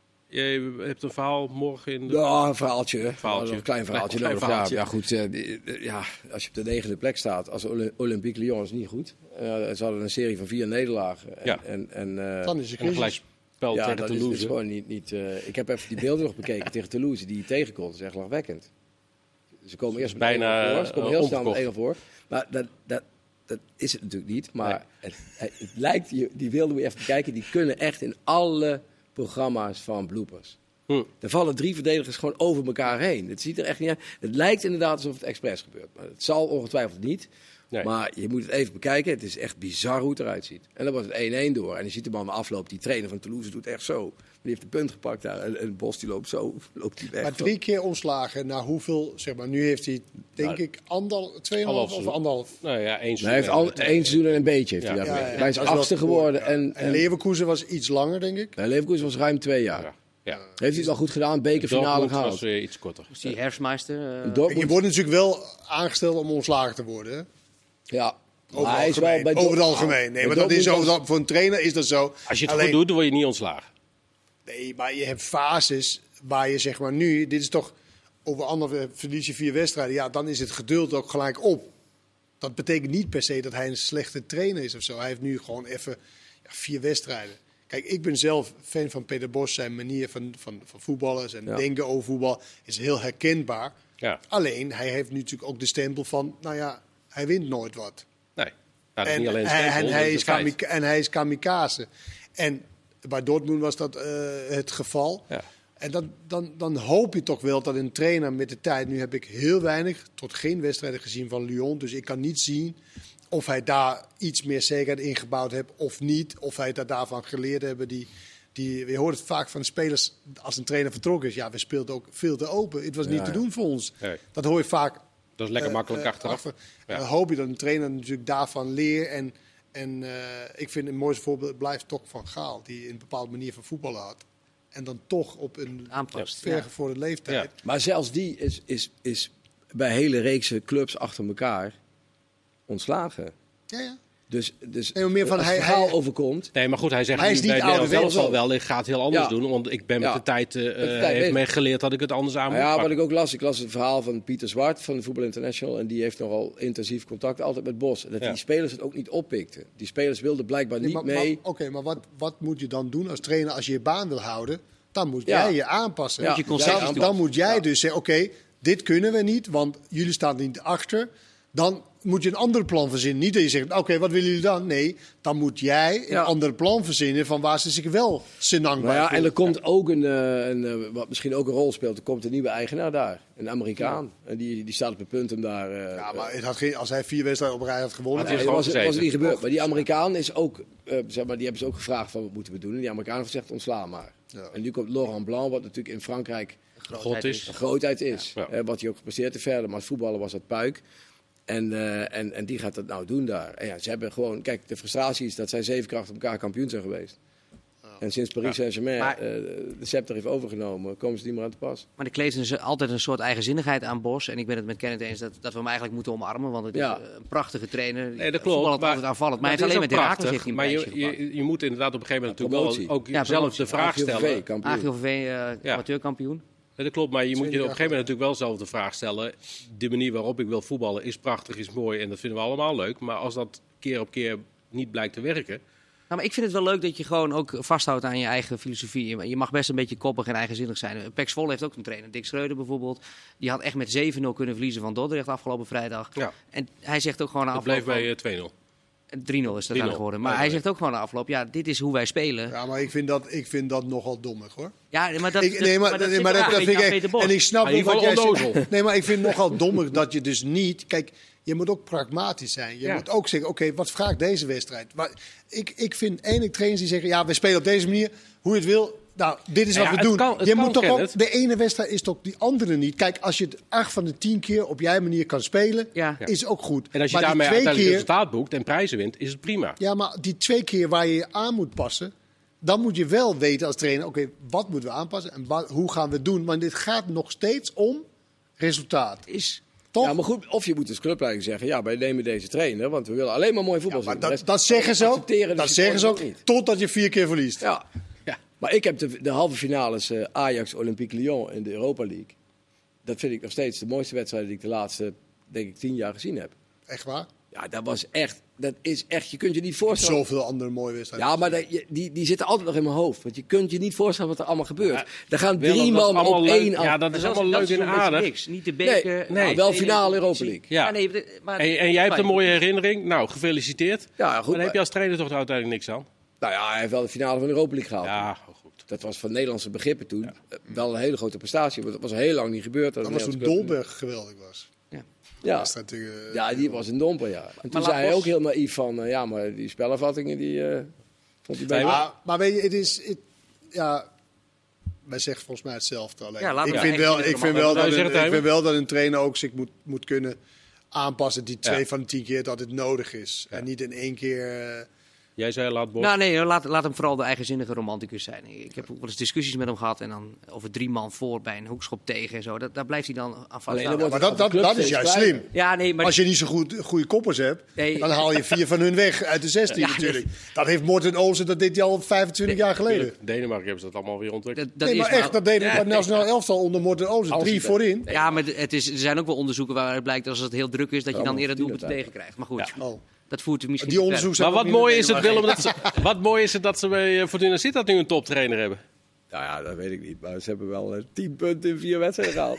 S1: Je hebt een verhaal morgen in de...
S4: Ja, een verhaaltje. hè.
S1: Verhaaltje.
S4: Nog een klein verhaaltje
S1: Klein
S4: nodig.
S1: verhaaltje.
S4: Ja, ja, goed. eh, die- eh, ja, als je op de negende plek staat als Oly- Olympique Lyon is niet goed. Eh, ze hadden een serie van vier nederlagen. En,
S1: Ja.
S4: en, en, eh,
S3: Dan is het
S1: En een
S3: crisis.
S1: gelijkspel
S4: ja,
S1: tegen
S4: dat is,
S1: Toulouse.
S4: is gewoon niet... niet eh, ik heb even die beelden nog bekeken tegen Toulouse, die je tegenkomt. Dat is echt lachwekkend. Ze komen eerst met
S1: bijna,
S4: één nul voor. Ze komen
S1: eh,
S4: heel snel met
S1: omgekocht.
S4: één nul voor. Maar dat, dat, dat is het natuurlijk niet. Maar het, het, het lijkt, je- die beelden moet je even bekijken, die kunnen echt in alle programma's van bloopers.
S1: Hm.
S4: Er vallen drie verdedigers gewoon over elkaar heen. Het ziet er echt niet uit. Het lijkt inderdaad alsof het expres gebeurt. Maar het zal ongetwijfeld niet.
S1: Nee.
S4: Maar je moet het even bekijken. Het is echt bizar hoe het eruit ziet. En dan wordt het één-één door. En je ziet de man afloop. Die trainer van Toulouse doet echt zo. Die heeft de punt gepakt daar. En, en Bos die loopt zo. Loopt die weg.
S3: Maar drie keer omslagen naar hoeveel, zeg maar, nu heeft hij, denk
S1: Nou,
S3: ik, anderhalf, tweeënhalf
S1: anderhalf
S3: of
S1: seizoen.
S3: anderhalf.
S1: Nou ja, één
S4: Hij heeft
S1: seizoen.
S4: al één seizoen en een beetje. Heeft
S1: Ja.
S4: hij
S1: Ja,
S4: daarmee.
S3: ja, ja.
S4: Hij is
S3: Dat is wel
S4: achtste
S3: voor,
S4: geworden.
S3: ja.
S4: En,
S3: En
S4: en,
S3: Leverkusen was iets langer, denk ik.
S4: en Leverkusen was ruim twee jaar.
S1: Ja. Ja.
S4: Heeft hij het wel goed gedaan. Bekerfinale
S1: Dortmund
S4: gehaald.
S1: was eh, iets korter.
S2: Dus die herfstmeister. eh,
S4: En
S3: Je
S4: Dortmund,
S3: wordt natuurlijk wel aangesteld om ontslagen te worden. Hè?
S4: ja.
S3: Over,
S4: Maar
S3: het
S4: hij is wel
S3: algemeen.
S4: bij
S3: over het
S4: Dort-
S3: algemeen. Nee,
S4: bij
S3: maar dat is
S4: Dortmund
S3: over
S4: was-
S3: dat, voor een trainer is dat zo.
S1: Als je het
S3: Alleen-
S1: goed doet, dan word je niet ontslagen.
S3: Nee, maar je hebt fases waar je zeg maar nu, dit is toch over andere verlies je vier wedstrijden. Ja, dan is het geduld ook gelijk op. Dat betekent niet per se dat hij een slechte trainer is of zo. Hij heeft nu gewoon even ja, vier wedstrijden. Kijk, ik ben zelf fan van Peter Bos. Zijn manier van, van, van voetballen, zijn
S4: Ja.
S3: denken over voetbal is heel herkenbaar.
S1: Ja.
S3: Alleen, hij heeft nu natuurlijk ook de stempel van, nou ja, hij wint nooit wat.
S1: Nee. Nou, dat is
S3: En,
S1: niet alleen een
S3: hij,
S1: stempel,
S3: en,
S1: dat
S3: hij
S1: is
S3: is
S1: een feit.
S3: kamika- en hij is kamikaze. En bij Dortmund was dat eh, het geval.
S1: Ja.
S3: En dan, dan, dan hoop je toch wel dat een trainer met de tijd... Nu heb ik heel weinig tot geen wedstrijden gezien van Lyon. Dus ik kan niet zien of hij daar iets meer zekerheid in gebouwd heeft of niet. Of hij daar daarvan geleerd hebben. Die, die, je hoort het vaak van de spelers als een trainer vertrokken is. Ja, we speelden ook veel te open. Het was niet
S4: Ja,
S3: te
S4: ja.
S3: doen voor ons.
S1: Nee.
S3: Dat hoor je vaak
S1: Dat is lekker
S3: eh,
S1: makkelijk
S3: eh,
S1: achteraf.
S3: achter.
S1: Ja.
S3: Dan hoop je dat een trainer natuurlijk daarvan leert. En, en eh, ik vind een mooiste voorbeeld blijft toch Van Gaal. Die een bepaalde manier van voetballen had. En dan toch op een
S2: aanpast.
S3: vergevorderde leeftijd.
S1: Ja.
S4: Maar zelfs die is, is, is bij hele reekse clubs achter elkaar ontslagen.
S3: Ja, ja.
S4: Dus, dus
S3: Nee, maar meer van
S4: als
S3: hij-
S4: het verhaal
S3: hij-
S4: overkomt...
S1: Nee, maar goed, hij zegt
S3: Hij is
S1: nu
S3: niet
S1: bij Nederland
S3: ouderwets.
S1: zelf wel, ik ga het heel anders
S4: Ja.
S1: doen. Want ik ben met
S4: Ja.
S1: de tijd, eh
S4: de
S1: eh,
S4: tijd
S1: heeft
S4: bezig.
S1: mij geleerd dat ik het anders aan moet
S4: Nou ja, wat
S1: pakken.
S4: ik ook las, ik las het verhaal van Pieter Zwart van de Voetbal International. En die heeft nogal intensief contact altijd met Bos. En dat
S1: Ja.
S4: die spelers het ook niet oppikten. Die spelers wilden blijkbaar
S3: Nee,
S4: niet
S3: maar,
S4: mee.
S3: maar- Oké, maar wat, wat moet je dan doen als trainer als je je baan wil houden? Dan moet
S4: Ja.
S3: jij je aanpassen.
S4: Ja,
S2: Moet je concessies
S3: dan,
S2: doen.
S3: dan moet jij
S4: Ja.
S3: dus zeggen, oké, dit kunnen we niet, want jullie staan niet achter. dan moet je een ander plan verzinnen. Niet dat je zegt, oké, okay, wat willen jullie dan? Nee, dan moet jij een
S4: ja.
S3: ander plan verzinnen van waar ze zich wel senang bij
S4: Nou ja,
S3: voelen.
S4: en er komt ook een, uh, een uh, wat misschien ook een rol speelt, er komt een nieuwe eigenaar daar. Een Amerikaan. Ja. En die, die staat op het punt om daar... Uh,
S3: ja, maar het had geen, als hij vier wedstrijden op rij had gewonnen...
S4: Nee, dat was, was het niet gebeurd. Maar die Amerikaan is ook... Uh, zeg maar, die hebben ze ook gevraagd van wat moeten we doen. En die Amerikaan heeft gezegd ontslaan maar. Ja. En nu komt Laurent Blanc, wat natuurlijk in Frankrijk
S2: grootheid is.
S4: Een grootheid is.
S2: Ja.
S4: Uh, wat hij ook gepresteerd heeft verder. Maar als voetballer was dat puik. En, uh, en, en die gaat dat nou doen daar. En ja, ze hebben gewoon... Kijk, de frustratie is dat zij zeven keer achter elkaar kampioen zijn geweest. En sinds Paris Saint-Germain ja. uh, de scepter heeft overgenomen, komen ze niet meer aan te pas.
S2: Maar de kleedt is altijd een soort eigenzinnigheid aan Bos. En ik ben het met Kenneth eens dat, dat we hem eigenlijk moeten omarmen. Want het ja. is een prachtige trainer.
S1: Nee, dat klopt.
S2: Voetbal altijd aanvallend. Maar hij heeft alleen met Herakles heeft hij
S1: Maar je, je, je moet inderdaad op een gegeven moment ja, natuurlijk wel ook ja, zelf de vraag stellen.
S2: A G O V V, uh, ja. amateurkampioen.
S1: Ja, dat klopt, maar je moet je op een gegeven moment natuurlijk wel zelf de vraag stellen. De manier waarop ik wil voetballen is prachtig, is mooi en dat vinden we allemaal leuk. Maar als dat keer op keer niet blijkt te werken...
S2: Nou, maar ik vind het wel leuk dat je gewoon ook vasthoudt aan je eigen filosofie. Je mag best een beetje koppig en eigenzinnig zijn. Pek Zwolle heeft ook een trainer, Dick Schreuder bijvoorbeeld. Die had echt met zeven nul kunnen verliezen van Dordrecht afgelopen vrijdag. Ja. En hij zegt ook gewoon na afloop...
S1: Het bleef bij uh, twee nul.
S2: drie nul is dat eigenlijk geworden. Maar ja, hij zegt ook gewoon na afloop, ja, dit is hoe wij spelen.
S3: Ja, maar ik vind dat, ik vind dat nogal dommig, hoor.
S2: Ja, maar dat,
S3: ik, nee, maar,
S2: maar dat,
S3: nee, maar dat, dat vind ik echt, en ik snap
S1: ook
S3: wat jij zegt. Nee, maar ik vind het nogal dommig dat je dus niet... Kijk, je moet ook pragmatisch zijn. Je ja. moet ook zeggen, oké, okay, wat vraagt deze wedstrijd? Maar ik, ik vind eindelijk trainers die zeggen, ja, we spelen op deze manier, hoe je het wil. Nou, dit is wat ja, we doen. Kan, je moet toch ook, de ene wedstrijd is toch die andere niet. Kijk, als je het acht van de tien keer op jouw manier kan spelen, ja. is ook goed.
S1: En als je
S3: maar
S1: daarmee
S3: twee
S1: uiteindelijk
S3: keer,
S1: resultaat boekt en prijzen wint, is het prima.
S3: Ja, maar die twee keer waar je je aan moet passen, dan moet je wel weten als trainer, oké, okay, wat moeten we aanpassen en wat, hoe gaan we het doen? Want dit gaat nog steeds om resultaat.
S2: Is...
S4: Toch? Ja, maar goed, of je moet als clubleiding zeggen, ja, wij nemen deze trainer, want we willen alleen maar mooi voetbal zien.
S3: Ja, dat, dat zeggen ze ook, dat zeggen ze ook totdat je vier keer verliest.
S4: Ja. Ja. Maar ik heb de, de halve finales uh, Ajax-Olympique Lyon in de Europa League. Dat vind ik nog steeds de mooiste wedstrijd die ik de laatste, denk ik, tien jaar gezien heb.
S3: Echt waar?
S4: Ja, dat was echt, dat is echt, je kunt je niet voorstellen.
S3: Zoveel andere mooie wedstrijden.
S4: Ja, maar dat, die, die zitten altijd nog in mijn hoofd. Want je kunt je niet voorstellen wat er allemaal gebeurt. Ja, er gaan drie man op één af.
S1: Ja, dat is allemaal leuk en aardig.
S2: Niet de beker.
S4: Nee, nee. Nou, wel finale Europa League.
S1: Ja. Ja, nee, maar, en, en jij hebt een mooie herinnering. Nou, gefeliciteerd. Ja, goed. Maar dan heb je als trainer toch uiteindelijk niks aan?
S4: Nou ja, hij heeft wel de finale van de Europa League gehaald.
S1: Ja, goed.
S4: Dat was van Nederlandse begrippen toen ja. wel een hele grote prestatie. Maar dat was heel lang niet gebeurd.
S3: Dat was toen Dolberg geweldig was.
S4: Ja. Ja.
S3: Uh,
S4: ja, die was een domper, ja. En toen zei hij Bos... ook heel naïef van, uh, ja, maar die spelervattingen, die uh, vond hij bij.
S3: Ja, maar weet je, het is, het, ja, wij zeggen volgens mij hetzelfde alleen.
S2: Ja,
S3: ik vind wel, ik vind wel, dat een, ik vind wel dat een trainer ook zich moet, moet kunnen aanpassen die twee ja. van de tien keer dat het nodig is. Ja. En niet in één keer... Uh,
S1: Jij zei laat Bos.
S2: Nou nee, laat, laat hem vooral de eigenzinnige romanticus zijn. Ik heb ook wel eens discussies met hem gehad en dan over drie man voor bij een hoekschop tegen en zo. Dat, daar blijft hij dan aan vast.
S3: Ja, maar dat, dat, dat is juist slim.
S2: Ja, nee, maar
S3: als je niet zo goed goede koppers hebt, nee. dan haal je vier van hun weg uit de zestien ja, natuurlijk. Nee. Dat heeft Morten Olsen, dat deed hij al vijfentwintig nee. jaar geleden.
S1: In Denemarken hebben ze dat allemaal weer ontwikkeld.
S3: Dat, dat nee, maar echt, nou, dat deden we ja, bij Nationaal Elftal onder Morten Olsen. Drie het. voorin.
S2: Ja, maar het is, er zijn ook wel onderzoeken waaruit blijkt als het heel druk is, dat je dan eerder doelpunten tegen krijgt. Maar goed. Dat voert misschien
S3: die onderzoek
S1: maar wat mooi is het, Willem, dat ze, wat mooi is het dat ze bij Fortuna Sittard nu een toptrainer hebben?
S4: Nou ja, dat weet ik niet. Maar ze hebben wel uh, tien punten in vier wedstrijden gehaald.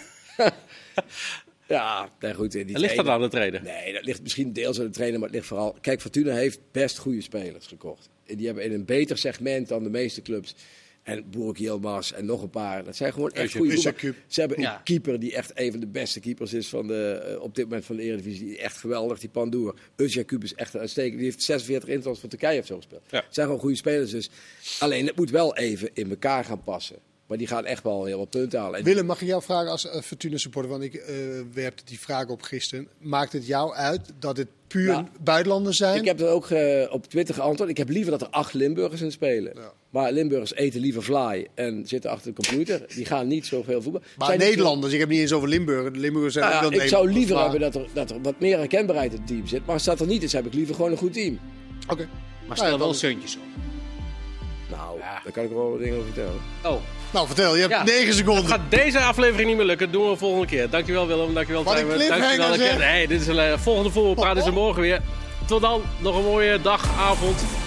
S4: ja, nee, goed. Die
S1: ligt dat aan de trainer?
S4: Nee, dat ligt misschien deels aan de trainer, maar het ligt vooral... Kijk, Fortuna heeft best goede spelers gekocht. En die hebben in een beter segment dan de meeste clubs. En Boerik Yilmaz en nog een paar. Dat zijn gewoon echt goede voetballers. Ze hebben een ja. keeper die echt een van de beste keepers is van de, uh, op dit moment van de Eredivisie. Die echt geweldig, die Pandoer. Özcan is echt een uitstekend. Die heeft zesenveertig interlands voor Turkije of zo gespeeld. Ja. Het zijn gewoon goede spelers dus. Alleen het moet wel even in elkaar gaan passen. Maar die gaan echt wel heel wat punten halen. En
S3: Willem, mag ik jou vragen als uh, Fortuna supporter? Want ik uh, werpte die vraag op gisteren. Maakt het jou uit dat het puur nou, buitenlanders zijn?
S4: Ik heb er ook uh, op Twitter geantwoord. Ik heb liever dat er acht Limburgers in spelen. Ja. Maar Limburgers eten liever fly en zitten achter de computer. Die gaan niet zoveel voetballen.
S3: Maar zijn Nederlanders, zo... ik heb niet eens over Limburger. De Limburgers zijn
S4: nou
S3: ook
S4: ja,
S3: wel
S4: ik zou liever hebben dat er, dat er wat meer herkenbaarheid in het team zit. Maar als dat er niet is, heb ik liever gewoon een goed team.
S3: Oké. Okay.
S2: Maar stel nou ja, wel zeuntjes op.
S4: Nou, ja. Daar kan ik wel wat dingen over vertellen.
S2: Oh.
S3: Nou, vertel. Je hebt ja. negen seconden.
S1: Het gaat deze aflevering niet meer lukken. Dat doen we de volgende keer. Dankjewel Willem. Dankjewel
S3: Wat
S1: Tijmen.
S3: een cliffhanger zeg.
S1: Nee, dit is een uh, volgende voetbalpraat is er morgen weer. Tot dan. Nog een mooie dag, avond.